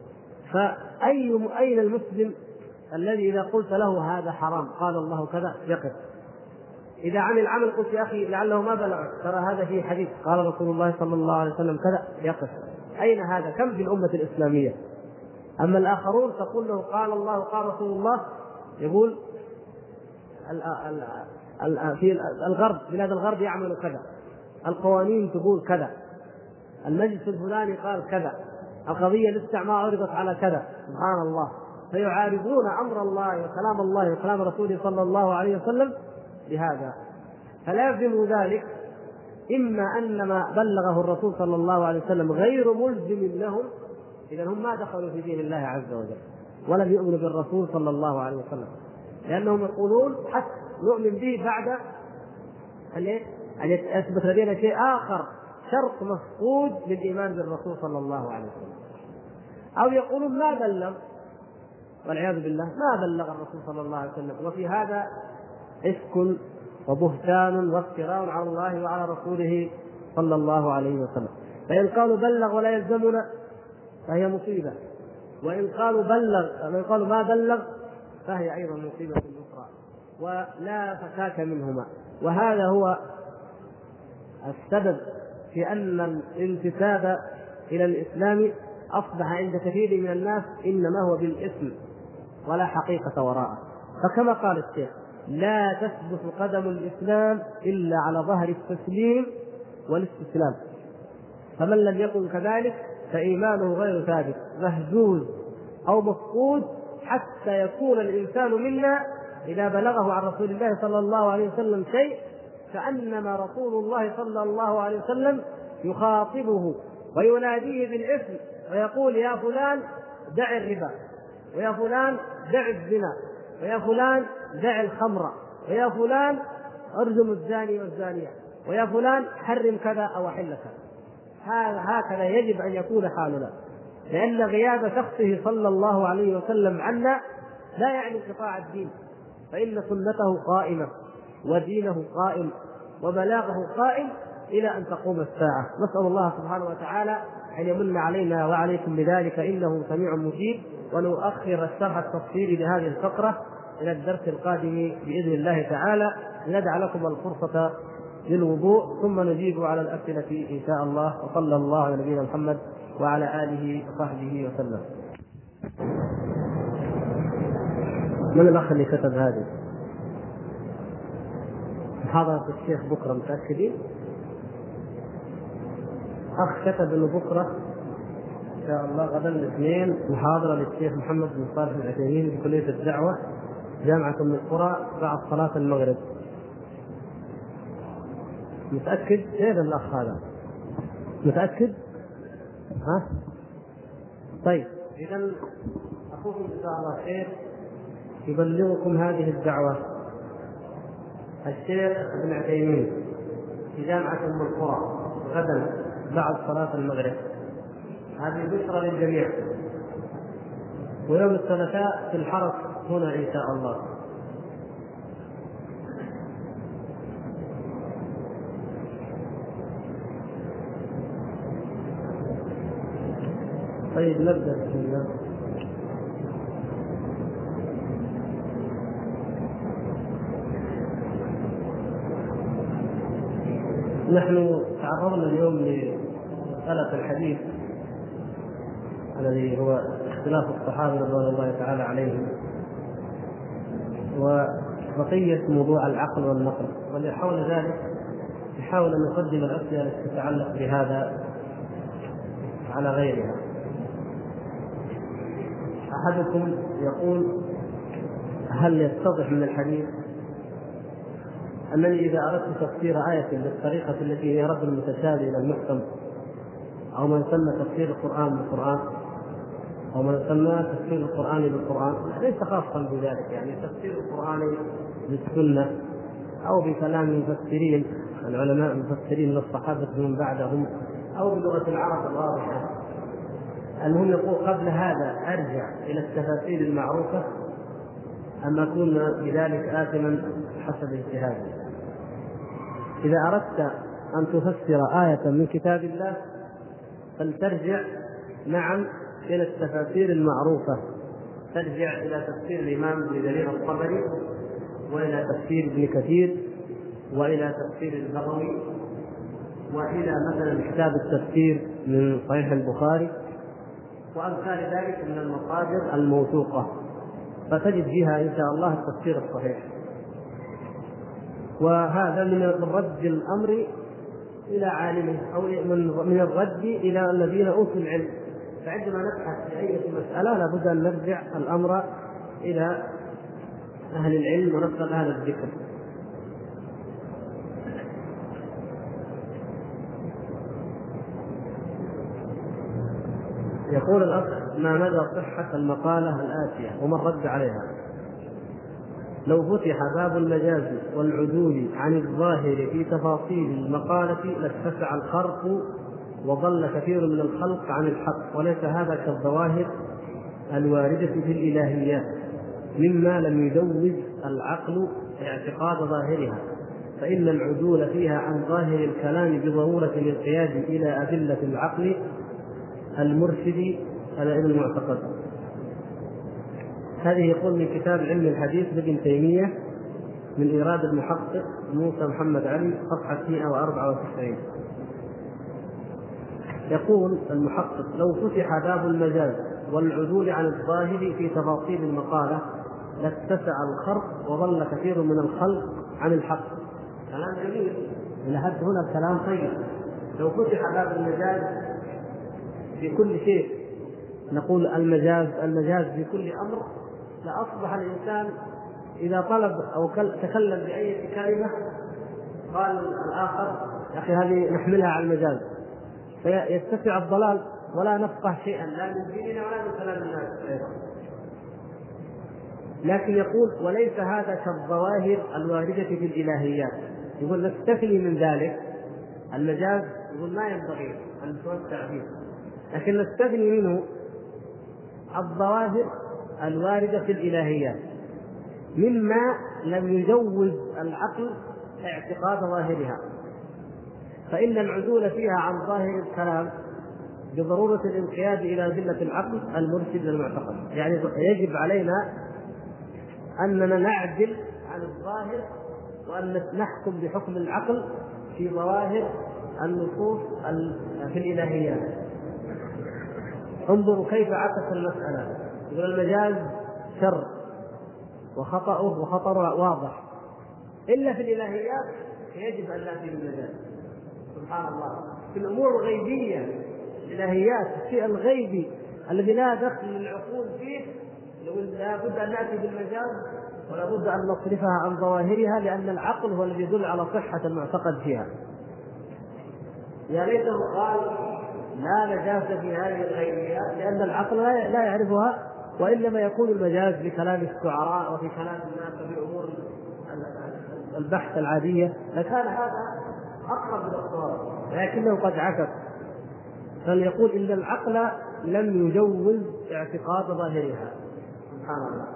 أين المسلم الذي إذا قلت له هذا حرام قال الله كذا يقف؟ إذا عمل عمل قلت يا أخي لعله ما بلغ، ترى هذا فيه حديث قال رسول الله صلى الله عليه وسلم كذا يقف. أين هذا؟ كم في الأمة الإسلامية؟ أما الآخرون تقول له قال الله قال رسول الله، يقول في الغرب، بلاد الغرب يعمل كذا، القوانين تقول كذا، المجلس الفلاني قال كذا، القضية الاستعمار عرضت على كذا. سبحان الله، فيعارضون أمر الله وكلام الله وكلام رسوله صلى الله عليه وسلم بهذا. فلازم ذلك إما أن ما بلغه الرسول صلى الله عليه وسلم غير ملزم لهم، إذا هم ما دخلوا في دين الله عز وجل ولم يؤمنوا بالرسول صلى الله عليه وسلم، لأنهم يقولون حتى نؤمن به بعد أن يثبت لدينا شيء آخر، شرط مفقود للإيمان بالرسول صلى الله عليه وسلم. أو يقولون ما بلغ، والعياذ بالله ما بلغ الرسول صلى الله عليه وسلم. وفي هذا إفك وبهتان وافتراء على الله وعلى رسوله صلى الله عليه وسلم. فإن قالوا بلغ ولا يلزمنا فهي مصيبة، وإن قالوا ما بلغ فهي أيضا مصيبة أخرى، ولا فكاك منهما. وهذا هو السبب في أن الانتساب إلى الإسلام أصبح عند كثير من الناس إنما هو بالاسم ولا حقيقة وراءه. فكما قال الشيخ لا تثبت قدم الإسلام إلا على ظهر التسليم والاستسلام، فمن لم يكن كذلك فإيمانه غير ثابت، مهزوز أو مفقود، حتى يكون الإنسان منا إذا بلغه عن رسول الله صلى الله عليه وسلم شيء كأنما رسول الله صلى الله عليه وسلم يخاطبه ويناديه بالاسم ويقول يا فلان دع الربا، ويا فلان دع الزنا، ويا فلان دع الخمر، ويا فلان ارجم الزاني والزانية، ويا فلان حرم كذا أو أحل كذا. هكذا يجب أن يكون حالنا، لأن غياب شخصه صلى الله عليه وسلم عنا لا يعني انقطاع الدين، فإن سنته قائمة ودينه قائم وبلاغه قائم، إلى أن تقوم الساعة. نسأل الله سبحانه وتعالى أن يمن علينا وعليكم بذلك إنه سميع مجيب، ونؤخر الشرح التفصيلي لهذه الفقرة إلى الدرس القادم بإذن الله تعالى، لندع لكم الفرصة للوضوء ثم نجيب على الأسئلة إن شاء الله. وصلى الله على نبينا محمد وعلى آله وصحبه وسلم. من الأخ اللي كتب هذه؟ محاضرة الشيخ بكرة، متأكدين؟ أخ كتب إنه بكرة إن شاء الله غدا الاثنين محاضرة للشيخ محمد بن صالح العثيمين في كلية الدعوة جامعة أم القرى بعد صلاة المغرب. متأكد؟ كيف الأخ هذا؟ متأكد؟ ها؟ طيب، إذا أخوكم إن شاء الله خير يبلغكم هذه الدعوة. الشيخ ابن عثيمين في جامعة أم القرى غدا بعد صلاة المغرب، هذه بشرى للجميع. ويوم الثلاثاء في الحرس هنا إن شاء الله. طيب نبدأ بسم الله. نحن تعرضنا اليوم لمسألة الحديث الذي هو اختلاف الصحابة رضوان الله تعالى عليهم، وبقية موضوع العقل والنقل، ولحول ذلك نحاول أن نقدم الأسئلة التي تتعلق بهذا على غيرها. أحدكم يقول: هل يتضح من الحديث أنني إذا أردت تفسير آية بالطريقة التي هي رد المتشابه إلى المحكم، أو ما يسمى تفسير القرآن بالقرآن، أو ما يسمى تفسير القرآن بالقرآن، ليس خاصا بذلك، يعني تفسير القرآن بالسنة أو بكلام المفسرين العلماء المفسرين من الصحابة من بعدهم، أو بلغة العرب الواضحة. المهم يقول قبل هذا أرجع إلى التفاسير المعروفة أم أكون بذلك آثما حسب اجتهادي؟ إذا أردت أن تفسر آية من كتاب الله فلترجع نعم إلى التفاسير المعروفة، ترجع إلى تفسير الإمام ابن جرير الطبري، وإلى تفسير ابن كثير، وإلى تفسير البغوي، وإلى مثلا كتاب التفسير من صحيح البخاري وأمثال ذلك من المصادر الموثوقة، فتجد فيها إن شاء الله التفسير الصحيح. وهذا من رد الأمر إلى عالمه، أو من الرد إلى الذين أوتوا العلم. فعندما نبحث في أي مسألة لابد أن نرجع الأمر إلى أهل العلم ونسأل أهل الذكر. يقول الأخ: ما مدى صحة المقالة الآتية ومن رد عليها؟ لو فتح باب المجاز والعدول عن الظاهر في تفاصيل المقالة لاتسع الخرق وضل كثير من الخلق عن الحق، وليس هذا كالظواهر الواردة في الإلهيات مما لم يجوز العقل اعتقاد ظاهرها، فإن العدول فيها عن ظاهر الكلام بضرورة الانقياد إلى أدلة العقل المرشد على علم المعتقد. هذه يقول من كتاب علم الحديث لابن تيمية من إيراد المحقق موسى محمد علي صفحة 194. يقول المحقق: لو فتح باب المجاز والعدول عن الظاهر في تفاصيل المقالة لاتسع الخرق وظل كثير من الخلق عن الحق. كلام جميل، إلى حد هنا كلام طيب. لو فتح باب المجاز في كل شيء، نقول المجاز في كل أمر، لأصبح الإنسان إذا طلب أو تكلم بأي كلمة قال الآخر: يا أخي هذه نحملها على المجاز، فيتسع الضلال ولا نفقه شيئا لا من ديننا ولا من كلام الناس أيضا. لكن يقول: وليس هذا كالظواهر الواردة في الإلهيات. يقول نستثني من ذلك المجاز، يقول ما ينبغي أن نتوسع فيه، لكن نستثني منه الظواهر الواردة في الإلهيات مما لم يجوز العقل اعتقاد ظاهرها. فإن العدول فيها عن ظاهر الكلام بضرورة الانقياد إلى أدلة العقل المرشد للمعتقد. يعني يجب علينا أننا نعدل عن الظاهر وأن نحكم بحكم العقل في ظواهر النصوص في الإلهيات. انظروا كيف عكس المسألة. يقول المجاز شر وخطأه وخطره واضح، إلا في الإلهيات يجب أن نأتي بالمجاز. سبحان الله، في الأمور الغيبية الإلهيات الشيء الغيبي الذي لا دخل للعقول فيه لا بد أن نأتي بالمجاز ولا بد أن نصرفها عن ظواهرها، لأن العقل هو الذي يدل على صحة المعتقد فيها. يا ليته قال لا مجاز في هذه الغيبيات، لأن العقل لا يعرفها، وإنما يكون المجاز بكلام الشعراء وفي كلام الناس في أمور البحث العادية، لكان هذا أقرب إلى الصواب، لكنه قد عكس. فليقول إن العقل لم يجوز اعتقاد ظاهرها. سبحان الله،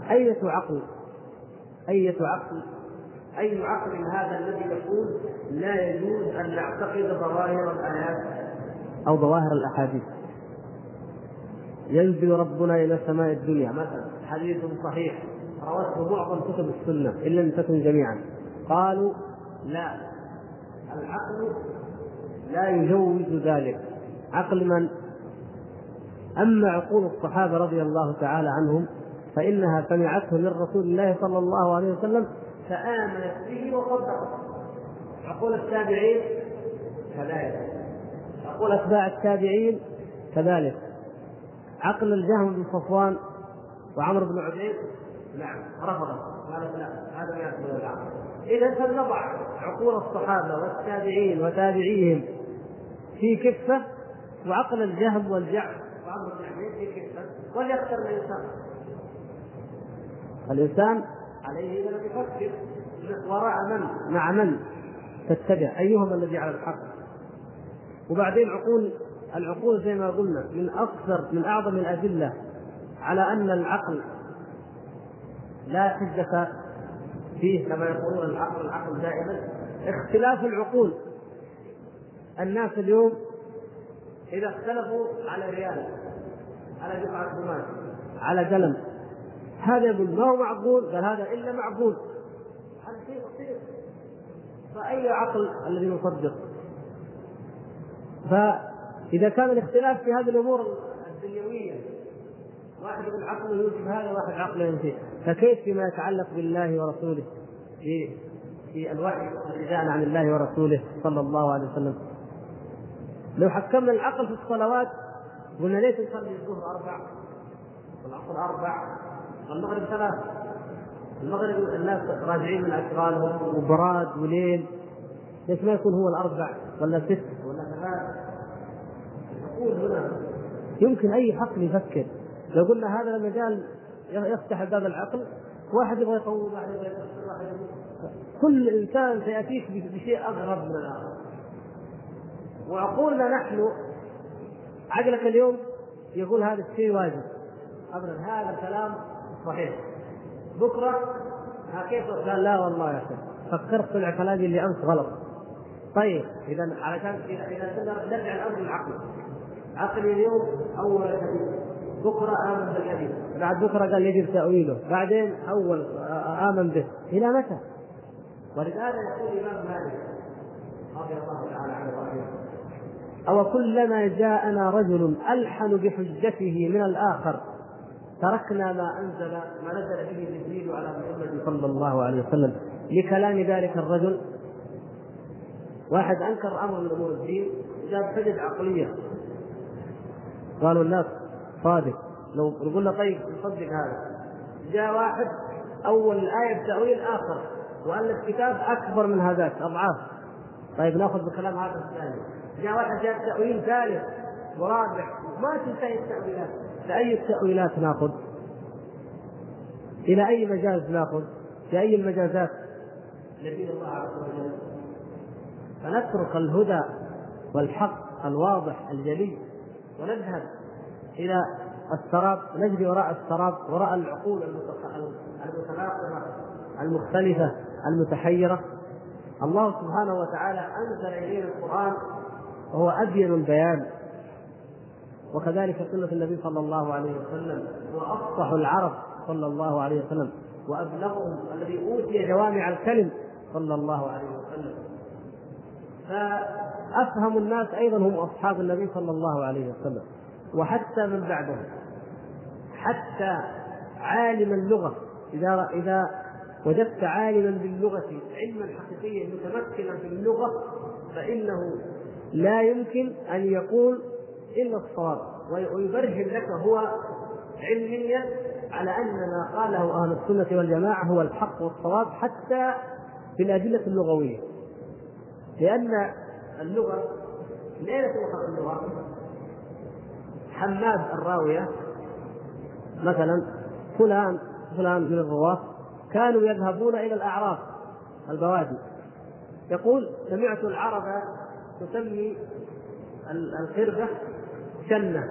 أية عقل هذا الذي يقول لا يجوز أن نعتقد ظواهر الآيات أو ظواهر الأحاديث؟ ينزل ربنا إلى السماء الدنيا مثلا، حديث صحيح روته معظم كتب السنة إن لم تكن جميعا. قالوا لا، العقل لا يجوز ذلك. عقل من؟ أما عقول الصحابة رضي الله تعالى عنهم فإنها سمعته من رسول الله صلى الله عليه وسلم فآمنت به وصدقت. عقول التابعين كذلك، عقول أتباع التابعين كذلك. عقل الجهم بن صفوان وعمرو بن عبيد نعم رفضت، قالت لا، هذا ما يقبل العقل. إذا فلنضع عقول الصحابة والتابعين وتابعيهم في كفة، وعقل الجهم والجعد وعمرو بن عبيد في كفة، وليختر الإنسان عليه أن يفكر وراء من مع من تتبع، أيهما الذي على الحق. وبعدين العقول زي ما قلنا من أعظم الأدلة على أن العقل لا حجة فيه، كما يقولون العقل دائما اختلاف العقول. الناس اليوم إذا اختلفوا على ريال، على دفعة قماش، على قلم، هذا يقول ما هو معقول، قال هذا إلا معقول، هذا شيء بسيط. فأي عقل الذي يصدق؟ فإذا كان الاختلاف في هذه الأمور الدنيوية، واحد يقول عقله يوجب هذا، واحد عقله ينفي، فكيف فيما يتعلق بالله ورسوله في الوحي الذي جاءنا عن الله ورسوله صلى الله عليه وسلم؟ لو حكمنا العقل في الصلوات قلنا ليش نصلي الظهر 4 والعصر 4 والمغرب 3؟ المغرب الناس راجعين من أشغالهم وبراد وليل، ليش ما يكون هو 4 ولا 6 ولا 3؟ نقول هنا يمكن أي عقل يفكر. لو قلنا هذا المجال يفتح باب العقل، واحد يبغى يطول، واحد يبغى يقصر، واحد يبغى، كل إنسان سيأتيك بشيء أغرب من الآخر. وعقولنا نحن، عقلك اليوم يقول هذا الشيء واجب، أبدا هذا الكلام صحيح، بكرة كيف قال لا والله يا أخي فكرت طلع كلامي اللي أمس غلط. طيب إذا علشان إذا نرجع الأمر للعقل، عقلي اليوم أول الحديث، بكرة آمن بالحديث، بعد بكرة قال يجب تأويله، بعدين أول آمن به، إلى متى؟ ولهذا يقول الإمام مالك رضي الله تعالى عنه رحمه: أو كلما جاءنا رجل ألحن بحجته من الآخر تركنا ما نزل به جبريل على محمد صلى الله عليه وسلم لكلام ذلك الرجل. واحد أنكر أمر من أمور الدين جاب حجج عقلية، قالوا الناس صادق، لو قلنا طيب نصدق هذا. جاء واحد أول الآية بتأويل آخر وألف كتاب أكبر من هذاك أضعاف، طيب نأخذ بكلام هذا الثاني. جاء واحد جاء تأويل ثالث ورابع، ما تنتهي التأويلات. فأي التأويلات نأخذ؟ إلى أي مجاز نأخذ؟ في أي المجازات نبي الله عز وجل؟ فنترك الهدى والحق الواضح الجلي ونذهب إلى السراب، نجري وراء السراب، وراء العقول المتناقضة المختلفة المتحيرة. الله سبحانه وتعالى أنزل إلينا القرآن وهو أبين البيان، وكذلك سنة النبي صلى الله عليه وسلم، وأفصح العرب صلى الله عليه وسلم، وأبلغهم الذي أوتي جوامع الكلم صلى الله عليه وسلم. فأفهم الناس أيضا هم أصحاب النبي صلى الله عليه وسلم، وحتى من بعدهم، حتى عالم اللغة إذا وجدت عالما باللغة علما حقيقيا متمكنا في اللغة فإنه لا يمكن أن يقول إلا الصواب، ويبرهن لك هو علميا على أن ما قاله أهل السنة والجماعة هو الحق والصواب حتى في الأدلة اللغوية. لأن اللغة لا توحد اللغة. حماد الراوية مثلا فلان من الرواة كانوا يذهبون إلى الأعراف البوادي، يقول سمعت العرب تسمي الخربة شنة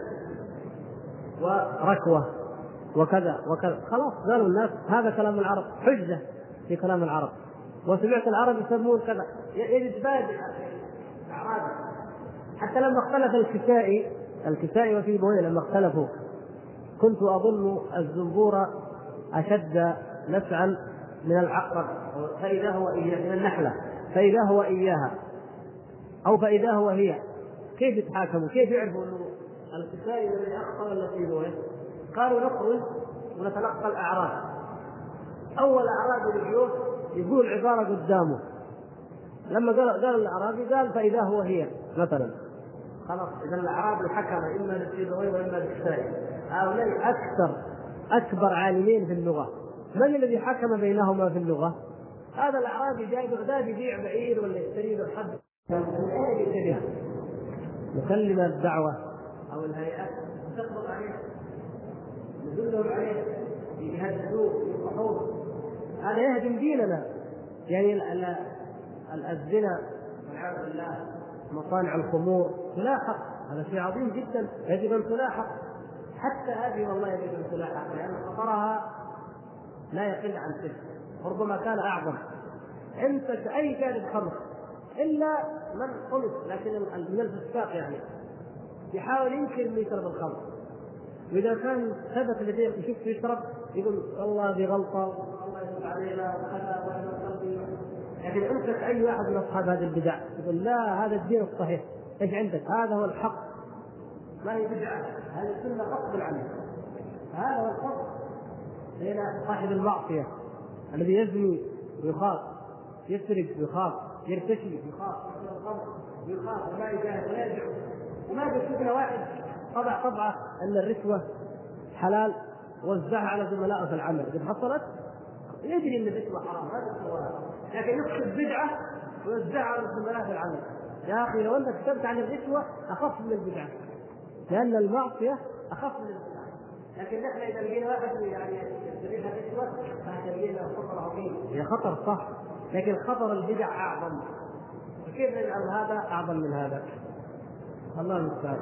وركوة وكذا وكذا، خلاص قالوا الناس هذا كلام العرب، حجة في كلام العرب. وسمعت العرب يسمون كذا، يجد بادئ أعراب. حتى لما اختلف الكسائي وفي بويه لما اختلفوا كنت أظن الزنبور أشد نفعا من العقرب فإذا هو إياه، من النحلة فإذا هو إياها أو فإذا هو هي. كيف يتحاكموا؟ كيف يعرفوا أنه الكسائي الذي أخطأ ولا في بويه؟ قالوا نخرج ونتلقى الأعراب. أول أعرابي رجعوه يقول عبارة قدامه، لما قال الأعرابي قال فإذا هو هي مثلا، خلاص إذا الأعرابي حكم إما للسيبويه وإما للكسائي. هؤلاء أكبر عالمين في اللغة. من الذي حكم بينهما في اللغة؟ هذا الأعرابي جاي بغداد يبيع بعير ولا يشتري له حد مكلم الدعوة أو الهيئات تقبض عليه، ندلهم عليه، يهددوه، يصحوه. هذا يهدم ديننا. يعني الزنا والعياذ بالله، مصانع الخمور تلاحق، هذا شيء عظيم جدا يجب أن تلاحق. حتى هذه والله يجب أن تلاحق، لأن خطرها لا يقل عن تلك، ربما كان أعظم. أنت أي شارب خمر إلا من خلص، لكن من الفساق يعني يحاول ينكر انه يشرب الخمر، واذا كان ثبت لديه شفت يشرب يقول والله بغلطه والله يتوب علينا وكذا وكذا. لكن امسك اي واحد من اصحاب هذه البدع يقول لا هذا الدين الصحيح، ايش عندك؟ هذا هو الحق، ما هي بدعه، هذه السنه غصب عنه، هذا هو الحق. هنا صاحب المعصيه الذي يزني ويخاف، يسرق ويخاف، يرتشي يخاف، يخاف ولا يجاهد ولا يرجع. وما بيشوفنا واحد طبعه ان الرشوه حلال وزعها على زملائه في العمل، قد حصلت يدري ان الرشوه حرام، هذا السؤال، لكن يكتب بدعه ويوزعها على زملائه في العمل. يا اخي لو انك كتبت عن الرشوه اخف من البدعه، لان المعصيه اخف من البدعه. لكن نحن اذا لقينا واحد يعني يشتريها الرشوه فهذا خطر عظيم، هي خطر صح، لكن خطر البدع اعظم. فكيف نجعل هذا اعظم من هذا؟ الله المستعان.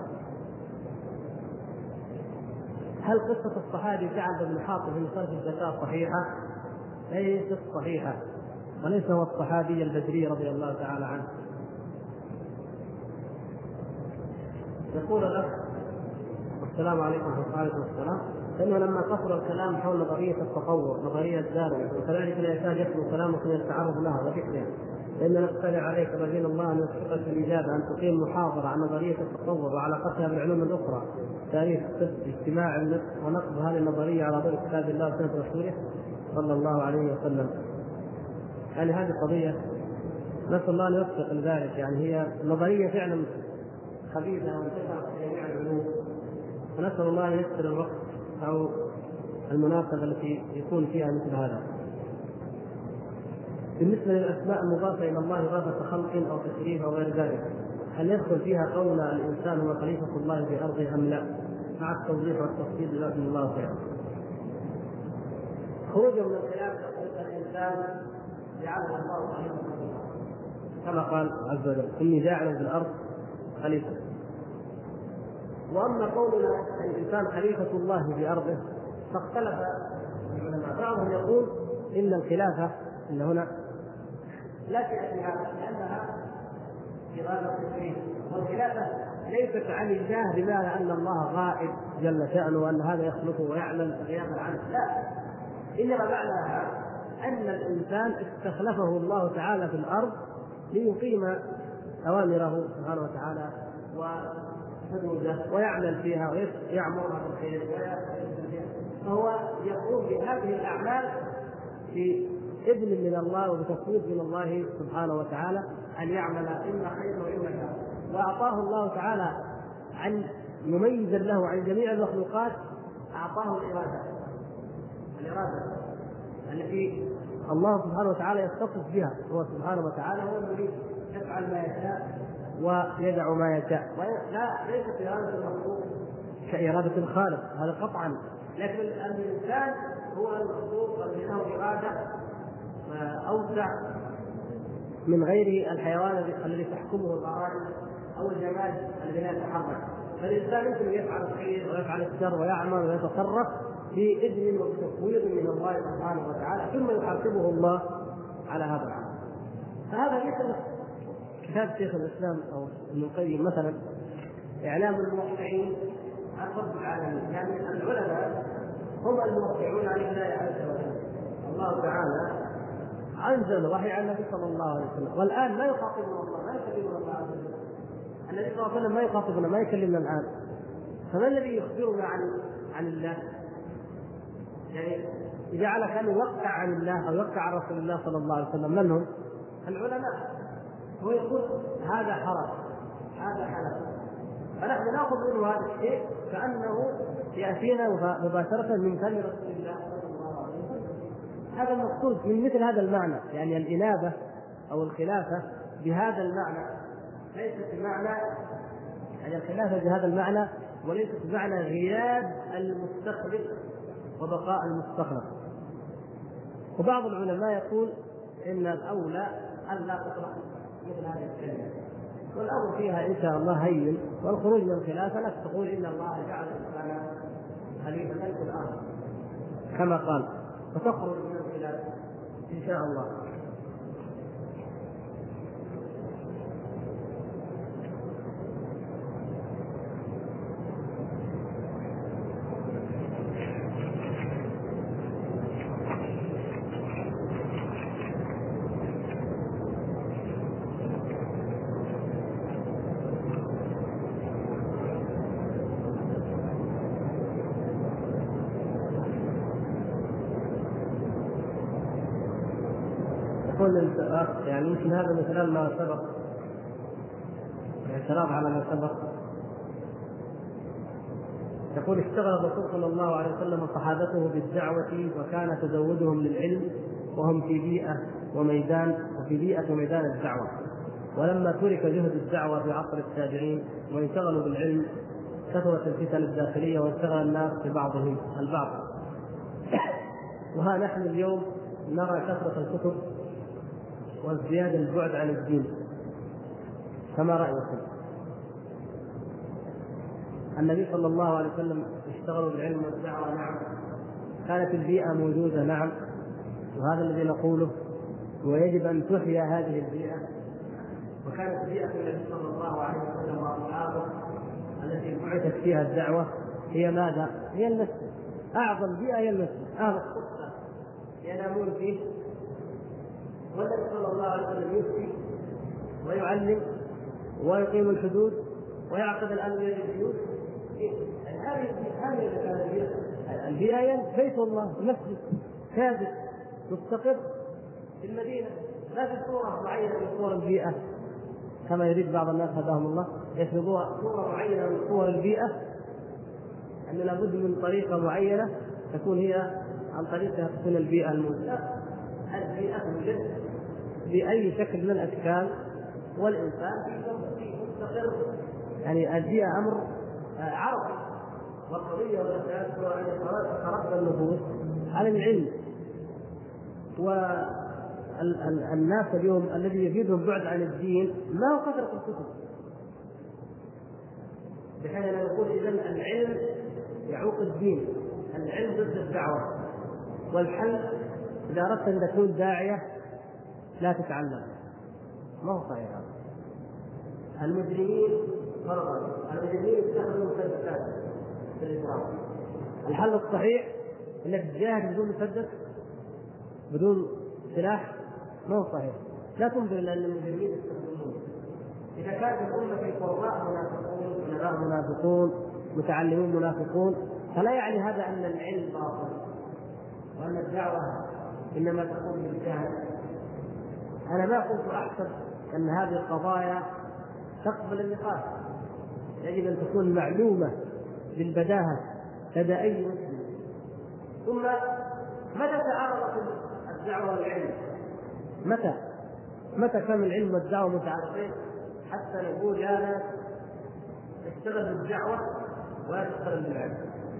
هل قصة الصحابي سعد بن حاطب في صرف الزكاة صحيحة؟ ليست صحيحة، وليس هو الصحابي البدري رضي الله تعالى عنه. يقول الأخ السلام عليكم ورحمة الله وبركاته، إنه لما كثر الكلام حول نظرية التطور، نظرية داروين، وكذلك لا يكاد يخلو كلامك من التعرض لها وفكرها، فإننا نقترح عليك رجل الله أن يوفقك الإجابة أن تقيم محاضرة عن نظرية التطور وعلاقتها بالعلوم الأخرى، تاريخ الطب، اجتماع النفس، ونقد هذه النظرية على ضوء كتاب الله وسنة رسوله صلى الله عليه وسلم. يعني هذه قضية نسأل الله أن يوفق لذلك. يعني هي نظرية فعلا خبيثة وانتشرت في جميع العلوم، ونسأل الله أن ييسر الوقت أو المناسبة التي يكون فيها مثل هذا. بالنسبة للأسماء المضافة إلى الله إضافة خلق أو تشريف أو غير ذلك، هل يدخل فيها قول الإنسان هو خليفة الله في أرضه أم لا؟ مع التوضيح والتفصيل جزاكم الله خيرا. خروجه من الخلاف الإنسان جعله الله خليفة الله، كما قال عز وجل إني جاعل في الأرض خليفة. وأما قولنا الإنسان خليفة الله في أرضه فاختلف العلماء، بعضهم يقول إن الخلافة إن هنا لا شيء في هذا، لأنها إرادة التكليف. والخلافة ليست عن الله بمعنى أن الله غائب جل شأنه وأن هذا يخلقه ويعمل غيابا عنه، لا، إنما معناها أن الإنسان استخلفه الله تعالى في الأرض ليقيم أوامره سبحانه وتعالى وحدوده ويعمل فيها ويأمرها بالخير ويأمر فيها، فهو يقوم بهذه الأعمال بإذن من الله وبتفويض من الله سبحانه وتعالى أن يعمل إما خير وإما شر. وأعطاه الله تعالى عن مميزا له عن جميع المخلوقات، أعطاه الإرادة التي الله سبحانه وتعالى يتصف بها، هو سبحانه وتعالى هو الذي يفعل ما يشاء ويدع ما يشاء، لا ليست إرادة المخلوق كإرادة الخالق، هذا قطعا، لكن الإنسان هو المخلوق الذي له إرادة أوسع من غيره الحيوان الذي تحكمه الغرائز أو الجماد الذي لا يتحرك. فالإنسان يمكن أن يفعل الخير ويفعل الشر ويعمل ويتصرف بإذن وتفويض من الله سبحانه وتعالى، ثم يحاسبه الله على هذا العمل. فهذا ليس كتاب شيخ الإسلام أو ابن القيم مثلا إعلام الموقعين عن رب العالمين، يعني العلماء هم الموقعون عن الله عز وجل. الله تعالى أنزل وحي على النبي صلى الله عليه وسلم، والآن لا يخاطبنا الله، لا يكلمنا الله عز وجل. النبي صلى الله عليه وسلم ما يخاطبنا، ما يكلمنا الآن، فما الذي يخبرنا عن الله؟ يعني جعل كان يوقع عن الله أو يوقع عن رسول الله صلى الله عليه وسلم، من هم؟ العلماء. هو يقول هذا حرام هذا حلال، فنحن نأخذ منه هذا الشيء كأنه يأتينا مباشرة من فم رسول الله صلى الله عليه وسلم. هذا المقصود من مثل هذا المعنى، يعني الإنابة أو الخلافة بهذا المعنى، ليست بمعنى يعني الخلافة بهذا المعنى، وليست بمعنى غياب المستخلف وبقاء المستخلف. وبعض العلماء يقول إن الأولى أن لا تطرح مثل هذه الكلمة، والأمر فيها إن شاء الله هين، والخروج من الخلافة لا تقول إن الله جعل الإنسان خليفة في الأرض كما قال، فتخرج من الخلافة إن شاء الله. يعني يمكن هذا من كلام ما سبق، اعتراض على ما سبق. يقول اشتغل الرسول صلى الله عليه وسلم وصحابته بالدعوة، وكان تزودهم للعلم وهم في بيئة وميدان الدعوة. ولما ترك جهد الدعوة في عصر التابعين وانشغلوا بالعلم كثرت الفتن الداخلية وانشغل الناس ببعضهم البعض. وها نحن اليوم نرى كثرة الكتب وازدياد البعد عن الدين، فما رأيكم؟ النبي صلى الله عليه وسلم اشتغلوا بالعلم والدعوة، نعم، كانت البيئة موجودة، نعم، وهذا الذي نقوله، ويجب أن تحيا هذه البيئة. وكانت بيئة النبي صلى الله عليه وسلم وأصحابه التي بعثت فيها الدعوة هي ماذا؟ هي المسجد، أعظم بيئة هي المسجد، أهل الصفة ينامون فيه، والنبي صلى الله عليه وسلم يفتي ويعلم ويقيم الحدود ويعقد الأمر للبيوت. هذه البيئة هي بيت الله، مسجد ثابت مستقر في المدينة، لا في صورة معينة من صور البيئة كما يريد بعض الناس هداهم الله يفرضوها صورة معينة من صور البيئة، أن لابد من طريقة معينة تكون هي عن طريقها تكون البيئة الموجودة. البيئة توجد بأي شكل من الأشكال، والإنسان مستقر، يعني البيئة أمر عرضي والقضية والأساس هو أن يتربى النفوس على العلم. والناس اليوم الذي يزيدهم بعد عن الدين ما هو كثرة الكتب، بحيث أن نقول إذن العلم يعوق الدين، العلم ضد الدعوة. والحل إذا أردت أن تكون داعية لا تتعلم، ما هو صحيح هذا. المجرمين فرضا المجرمين يستخدموا مسدسات في الإجرام. الحل الصحيح انك تجاهد بدون مسدس بدون سلاح، ما هو صحيح. لا تنظر الى ان المجرمين يستخدمون. اذا كانت الامه في قراء منافقون، علماء منافقون، متعلمون منافقون، فلا يعني هذا ان العلم باطل وان الدعوه انما تكون بالجهل. انا ما كنت احسب ان هذه القضايا تقبل النقاش، يجب ان تكون معلومه بالبداهه لدى اي مسلم. ثم متى تعارضت الدعوه والعلم؟ متى كان العلم والدعوه متعارضين حتى نقول يا ناس اشتغل بالدعوه ولا تشتغل بالعلم؟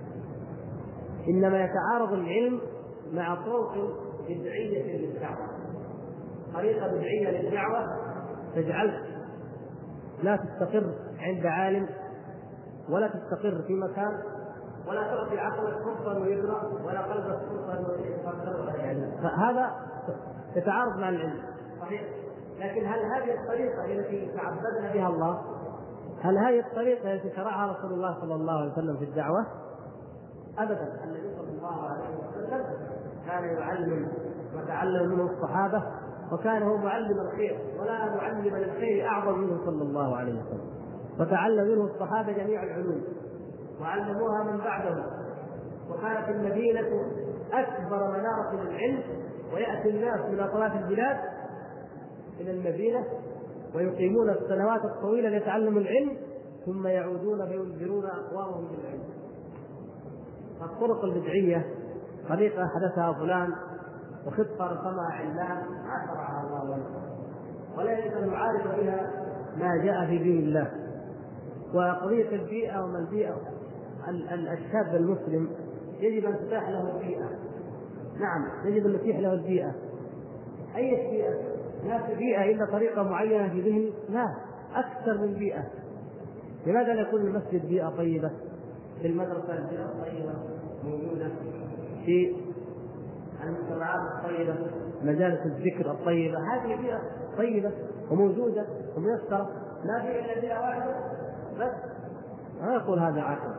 انما يتعارض العلم مع طرق بدعيه للدعوه، طريقه بدعيه للدعوه تجعلك لا تستقر عند عالم ولا تستقر في مكان ولا تعطي عقلك فرصه انه يقرا ولا قلبك فرصه انه يفكر. يعني هذا يتعارض مع العلم صحيح. لكن هل هذه الطريقه التي تعبدنا بها الله، هل هذه الطريقه التي شرعها رسول الله صلى الله عليه وسلم في الدعوه؟ ابدا. النبي صلى الله عليه وسلم كان يعلم وتعلم منه الصحابه، وكان هو معلم الخير ولا معلم للخير اعظم منه صلى الله عليه وسلم، وتعلم منه الصحابه جميع العلوم وعلموها من بعده. وكانت المدينه اكبر مناره للعلم، وياتي الناس من اطراف البلاد الى المدينه ويقيمون السنوات الطويله ليتعلموا العلم ثم يعودون فينذرون اقوامهم بالعلم. الطرق البدعيه طريقه حدثها فلان وخطه رسمها علان ما شرعها الله لنا، ولا يجب ان نعارض بها ما جاء في دين الله. وقضيه البيئه وما البيئه، الشاب المسلم يجب ان تتاح له البيئه. نعم يجب ان نتيح له البيئه. اي بيئه؟ لا في بيئه الا طريقه معينه في ذهني، لا، اكثر من بيئه. لماذا لا يكون المسجد بيئه طيبه؟ في المدرسه البيئه الطيبه موجوده، في المجتمعات الطيبه، مجالس الذكر الطيبه، هذه بيئه طيبه وموجوده وميسره. لا في الا بيئه واحده بس، ما يقول هذا عاقل.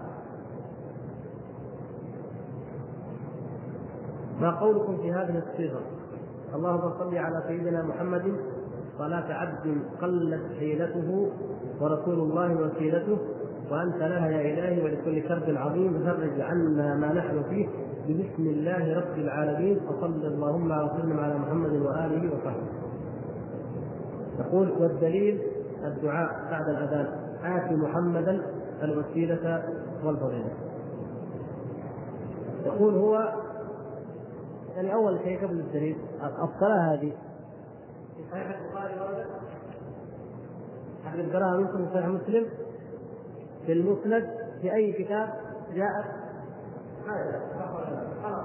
ما قولكم في هذه الصيغه؟ اللهم صل على سيدنا محمد صلاة عبد قلت حيلته ورسول الله وسيلته وأنت لها يا إلهي ولكل كرب عظيم فرج عنا ما نحن فيه بسم الله رب العالمين وصل اللهم وسلم على محمد وآله وصحبه. يقول والدليل الدعاء بعد الأذان آت محمدا الوسيلة والفضيلة. يقول هو يعني أول شيء قبل الدليل الصلاة هذه في صحيح البخاري وردت، حد القراءة منكم في صحيح مسلم، في المسند، في أي كتاب جاءت؟ خلاص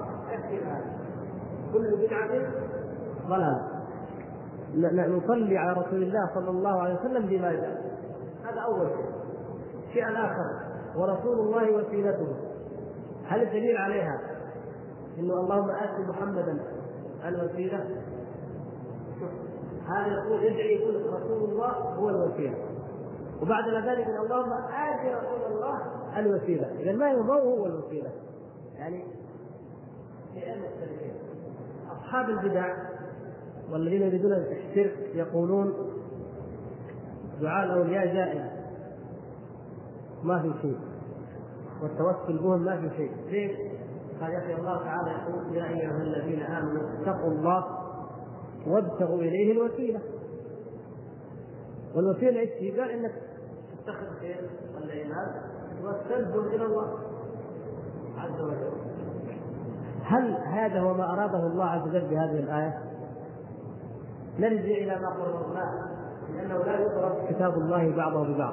كل بدعة ضلالة. نصلي على رسول الله صلى الله عليه وسلم بما جاء، هذا أول شيء. شيء آخر ورسول الله وسيلته، هل الدليل عليها إنه اللهم آت محمدا الوسيلة؟ هذا يقول يدعي يقول رسول الله هو الوسيلة، وبعد ذلك اللهم آت رسول الله الوسيلة. إذا ما هو الوسيلة يعني في أين التركيز؟ أصحاب البدع والذين يريدون الشرك يقولون دعاء الأولياء جائز ما في شيء، والتوسل بهم ما في شيء. ليش؟ قال يا أخي الله تعالى يقول يا أيها الذين آمنوا اتقوا الله وابتغوا إليه الوسيلة. والوسيلة ايش؟ قال إنك تتخذ خير والإيمان والتلجم إلى الله عز وجل. هل هذا هو ما أراده الله عز وجل بهذه الآية؟ نرجع إلى ما قررناه، لأنه لا يضرب كتاب الله بعضه ببعض.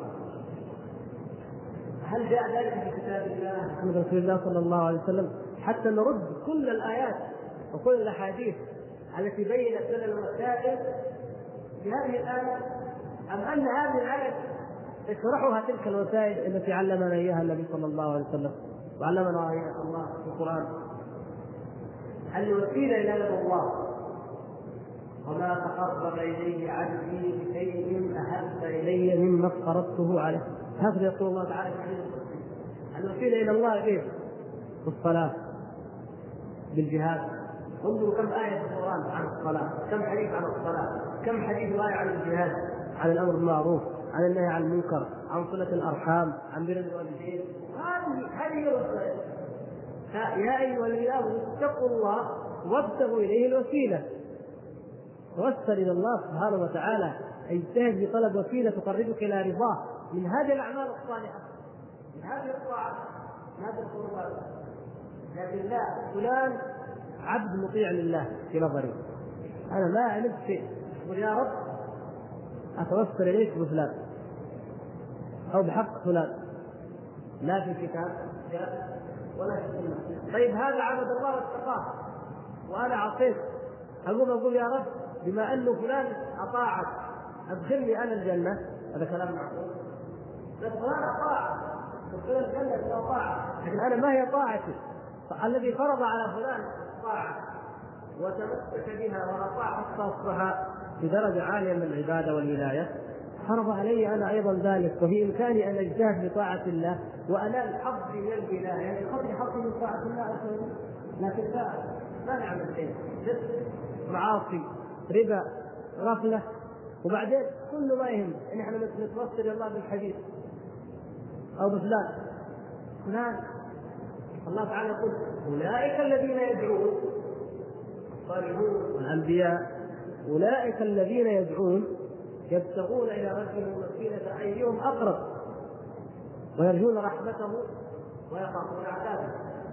هل جاء ذلك في كتاب الله من رسول الله صلى الله عليه وسلم حتى نرد كل الآيات وكل الأحاديث التي بينت لنا المسائل في هذه الآية، أم أن هذه الآية تشرحها تلك الوسائل التي علمنا إياها النبي صلى الله عليه وسلم وعلمنا إياها الله في القرآن؟ الوسيلة إلى الله وما تقرب إليه عبدي بشيء أحب إلي مما افترضته عليه. هكذا يقول الله تعالى في الحديث القدسي. الوسيلة إلى الله إيه؟ بالصلاة، بالجهاد. انظروا كم آية في القرآن عن الصلاة، كم حديث عن الصلاة، كم حديث وآية عن الجهاد، عن الأمر بالمعروف، عن النهي عن المنكر، عن صلة الأرحام، عن بر الوالدين. هذه هي الوسائل. يا أيها الذين آمنوا اتقوا الله وابتغوا إليه الوسيلة. توسل إلى الله سبحانه وتعالى، اجتهد بطلب وسيلة تقربك إلى رضاه من هذه الأعمال الصالحة، من هذه الطاعات، من هذه القربات. لكن لا، فلان عبد مطيع لله في نظري، أنا ما عملت شيء، أقول يا رب أتوسل إليك بفلان أو بحق فلان، لا في الكتاب ولا في السنة. طيب هذا عبد الله واتقاه وأنا عصيت، أقول يا رب بما أنه فلان أطاعك أدخلني أنا الجنة، هذا كلام معقول؟ بس فلان أطاع ادخل الجنة إذا أطاع، لكن أنا ما هي طاعتي؟ الذي فرض على فلان طاعة وتمسك بها وأطاع حتى أصبح في درجة عالية من العبادة والولاية، فرض علي أنا أيضا ذلك، وفي إمكاني أن أجتهد بطاعة الله وأنال حظي من الولاية، يعني حظي من طاعة الله أكثر. لكن لا نعمل شيء، معاصي، ربا، غفلة، وبعدين كل ما يهم ان احنا نتوسل الى الله بالحديث او بفلان. الله تعالى يقول اولئك الذين يدعون الصالحون والانبياء، اولئك الذين يدعون يبتغون الى ربهم الوسيله ايهم اقرب ويرجون رحمته ويخافون عذابه.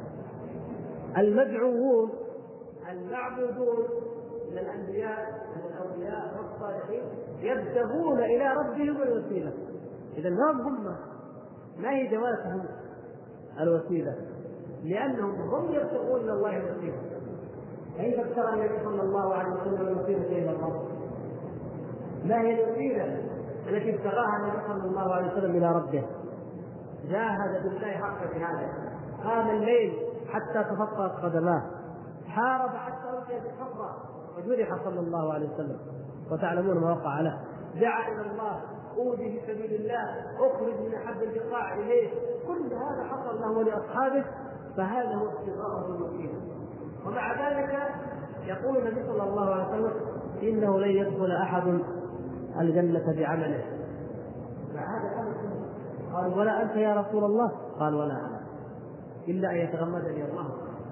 المدعوون المعبودون من الأنبياء من الأولياء والصالحين يبتغون إلى ربهم الوسيلة. إذا ما هي جوازهم الوسيلة، لأنهم هم يبتغون إلى الله الوسيلة. كيف ابتغى النبي صلى الله عليه وسلم الوسيلة إلى الله؟ ما هي الوسيلة التي ابتغاها النبي صلى الله عليه وسلم إلى ربه؟ جاهد بالله حق جهاده، قام الليل حتى تفطرت قدماه، حارب حتى ألقي بالحفرة وجرح صلى الله عليه وسلم وتعلمون ما وقع له، دعا إلى الله، أوذي في سبيل الله، أخرج من أحب البقاع إليه، كل هذا حصل له ولأصحابه، فهذا هو ابتغاء الوسيلة. ومع ذلك يقول النبي صلى الله عليه وسلم إنه لن يدخل أحد الجنة بعمله. قالوا ولا أنت يا رسول الله؟ قال ولا أنا إلا أن يتغمدني الله.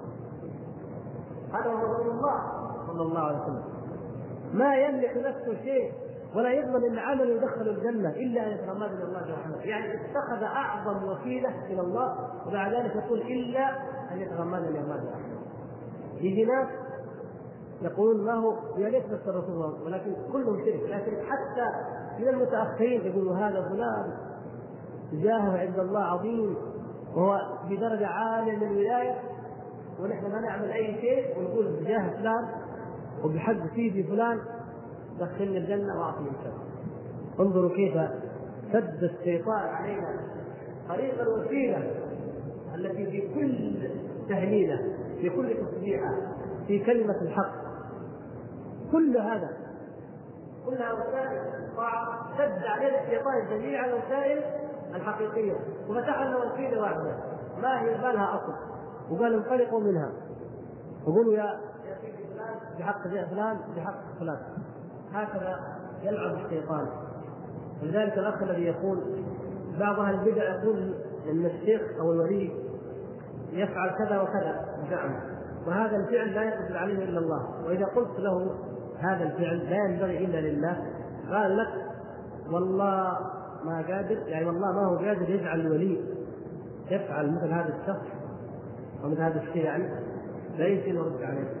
هذا هو رسول الله صلى الله عليه وسلم، ما يملك نفسه شيء ولا يضمن ان عمله يدخل الجنه الا ان يتغمدني الله برحمته، يعني اتخذ اعظم وسيله الى الله وبعد ذلك يقول الا ان يتغمدني الله برحمته. يجي ناس يقولون ما هو يا ليت بس الرسول، ولكن كلهم شرك، لكن حتى من المتاخرين يقولوا هذا فلان جاهه عند الله عظيم وهو بدرجه عاليه من الولايه، ونحن ما نعمل اي شيء ونقول بجاه فلان وبحق سيدي فلان دخلنا الجنه واعطني الجنه. انظروا كيف سد الشيطان علينا طريق الوسيله التي في كل تهليله، في كل تسبيحه، في كلمه الحق، كلها وسائل طاعه سد علينا الشيطان جميع الوسائل الحقيقيه وفتح لنا وسيله واحده ما هي بالها اصل، وقال انطلقوا منها وقولوا يا سيدي فلان بحق فلان بحق فلان. هكذا يلعب الشيطان. ولذلك الاخ الذي يقول بعض اهل البدع يقول ان الشيخ او الولي يفعل كذا وكذا بزعمه، وهذا الفعل لا يقدر عليه الا الله، واذا قلت له هذا الفعل لا ينبغي الا لله قال لك والله ما قادر، يعني والله ما هو قادر يجعل الولي يفعل مثل هذا الشخص ومثل هذا الشيء، يعني لا يمكن يرد عليه.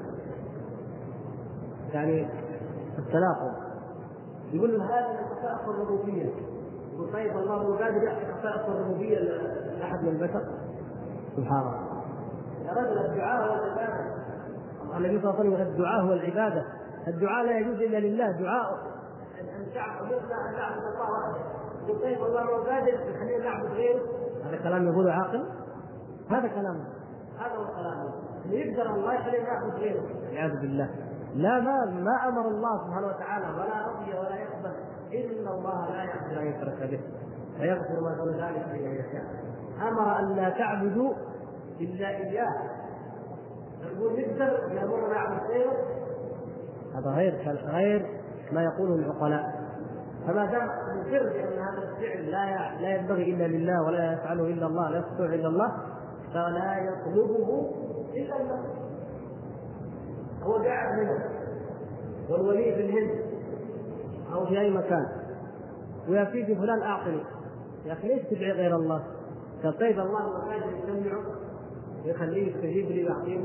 يعني التناقض. يقول له هذا من خصائص الربوبيه، يقول طيب الله هو قادر يعطي خصائص الربوبيه لاحد من البشر؟ سبحان الله. يا رجل الدعاء هو العباده، النبي صلى الله عليه وسلم الدعاء هو العباده، الدعاء لا يجوز الا لله، دعاء ان تعبد الله وحده. يقول طيب الله هو قادر خلينا نعبد غيره، هذا كلام يقوله عاقل؟ هذا كلامه، هذا هو كلامه، اللي يقدر الله يخلينا نعبد غيره والعياذ بالله. ما امر الله سبحانه وتعالى ولا رضي ولا يقبل ان الله لا يغفر ان يشرك به ويغفر ما دون ذلك لمن يشاء. امر ان لا تعبدوا الا اياه. يقول نقدر نامرنا نعبد غيره، هذا غير ما يقوله العقلاء. فما دام نقر بان هذا الفعل لا ينبغي الا لله ولا يفعله الا الله، لا يستطيع الا الله، فلا يطلبه الا الله. هو قاعد هنا والولي في الهند او في اي مكان ويأتي فلان اعطني، يا اخي ليش تدعي غير الله؟ قال طيب الله محتاج يسمعه ويخليه يستجيب لي ويعطيني.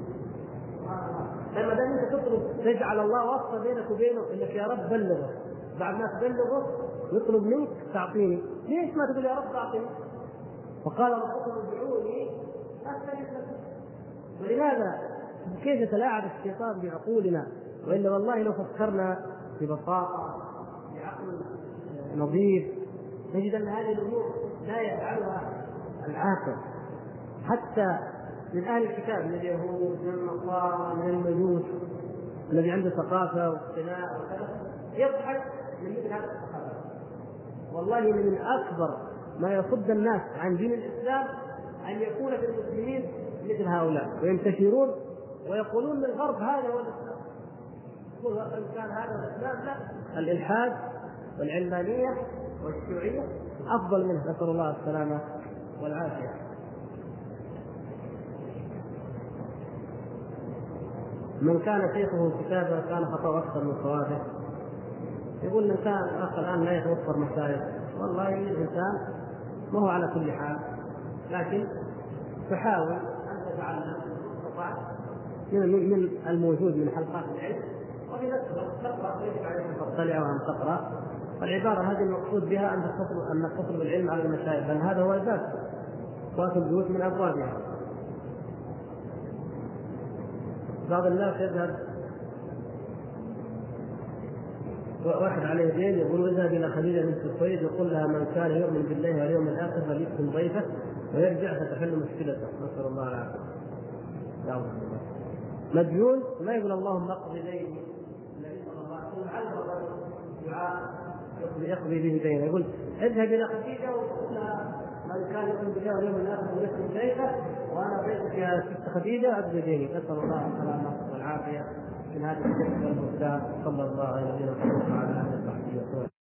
لما دام انت تطلب تجعل الله واسطه بينك وبينه انك يا رب بلغه، بعد ما تبلغه يطلب منك تعطيني، ليش ما تقول يا رب اعطني؟ فقال ربكم ادعوني استجب لكم. ولماذا كيف يتلاعب الشيطان بعقولنا؟ والا والله لو فكرنا ببساطه بعقل نظيف نجد ان هذه الامور لا يفعلها العاقل، حتى من اهل الكتاب من اليهود من النصارى من المجوس الذي عنده ثقافه واقتناع وكذا يضحك من مثل هذه الثقافه. والله من اكبر ما يصد الناس عن دين الاسلام ان يكون في المسلمين مثل هؤلاء وينتشرون ويقولون للغرب هذا هو الاسلام، يقول ان كان هذا هو الاسلام. لا، الالحاد والعلمانيه والشيوعيه افضل منه، نسال الله السلامه والعافيه. من كان شيخه كتابه كان خطأ اكثر من صوابه. يقول الانسان الاخ الان لا يتوفر مسائل، والله الانسان ما هو على كل حال، لكن تحاول ان تتعلم من الموجود من حلقات العلم، وفي نفس الوقت تقرا ليس عليك ان تطلع وان تقرا. فالعباره هذه المقصود بها انك تطلب العلم على المشايخ، بل هذا هو الباب، وات البيوت من ابوابها. بعض الناس يذهب واحد عليه دين يقول اذهب الى خديجه بنت الخويلد يقول لها من كان يؤمن بالله واليوم الاخر فليكرم ضيفه ويرجع فتحل مشكلته، نسال الله العافيه. مديون ما يقول اللهم اقضي ديني، النبي صلى الله عليه وسلم علم دعاء يقضي به دينه، يقول اذهب الى خديجه وقل لها من كان يؤمن بالله واليوم الاخر فليكرم ضيفه وانا بيتك يا ست خديجه اقضي ديني. نسال الله السلامه والعافيه من هذه الشرك والبهتان. صلى الله على نبينا محمد وعلى اله وصحبه وسلم.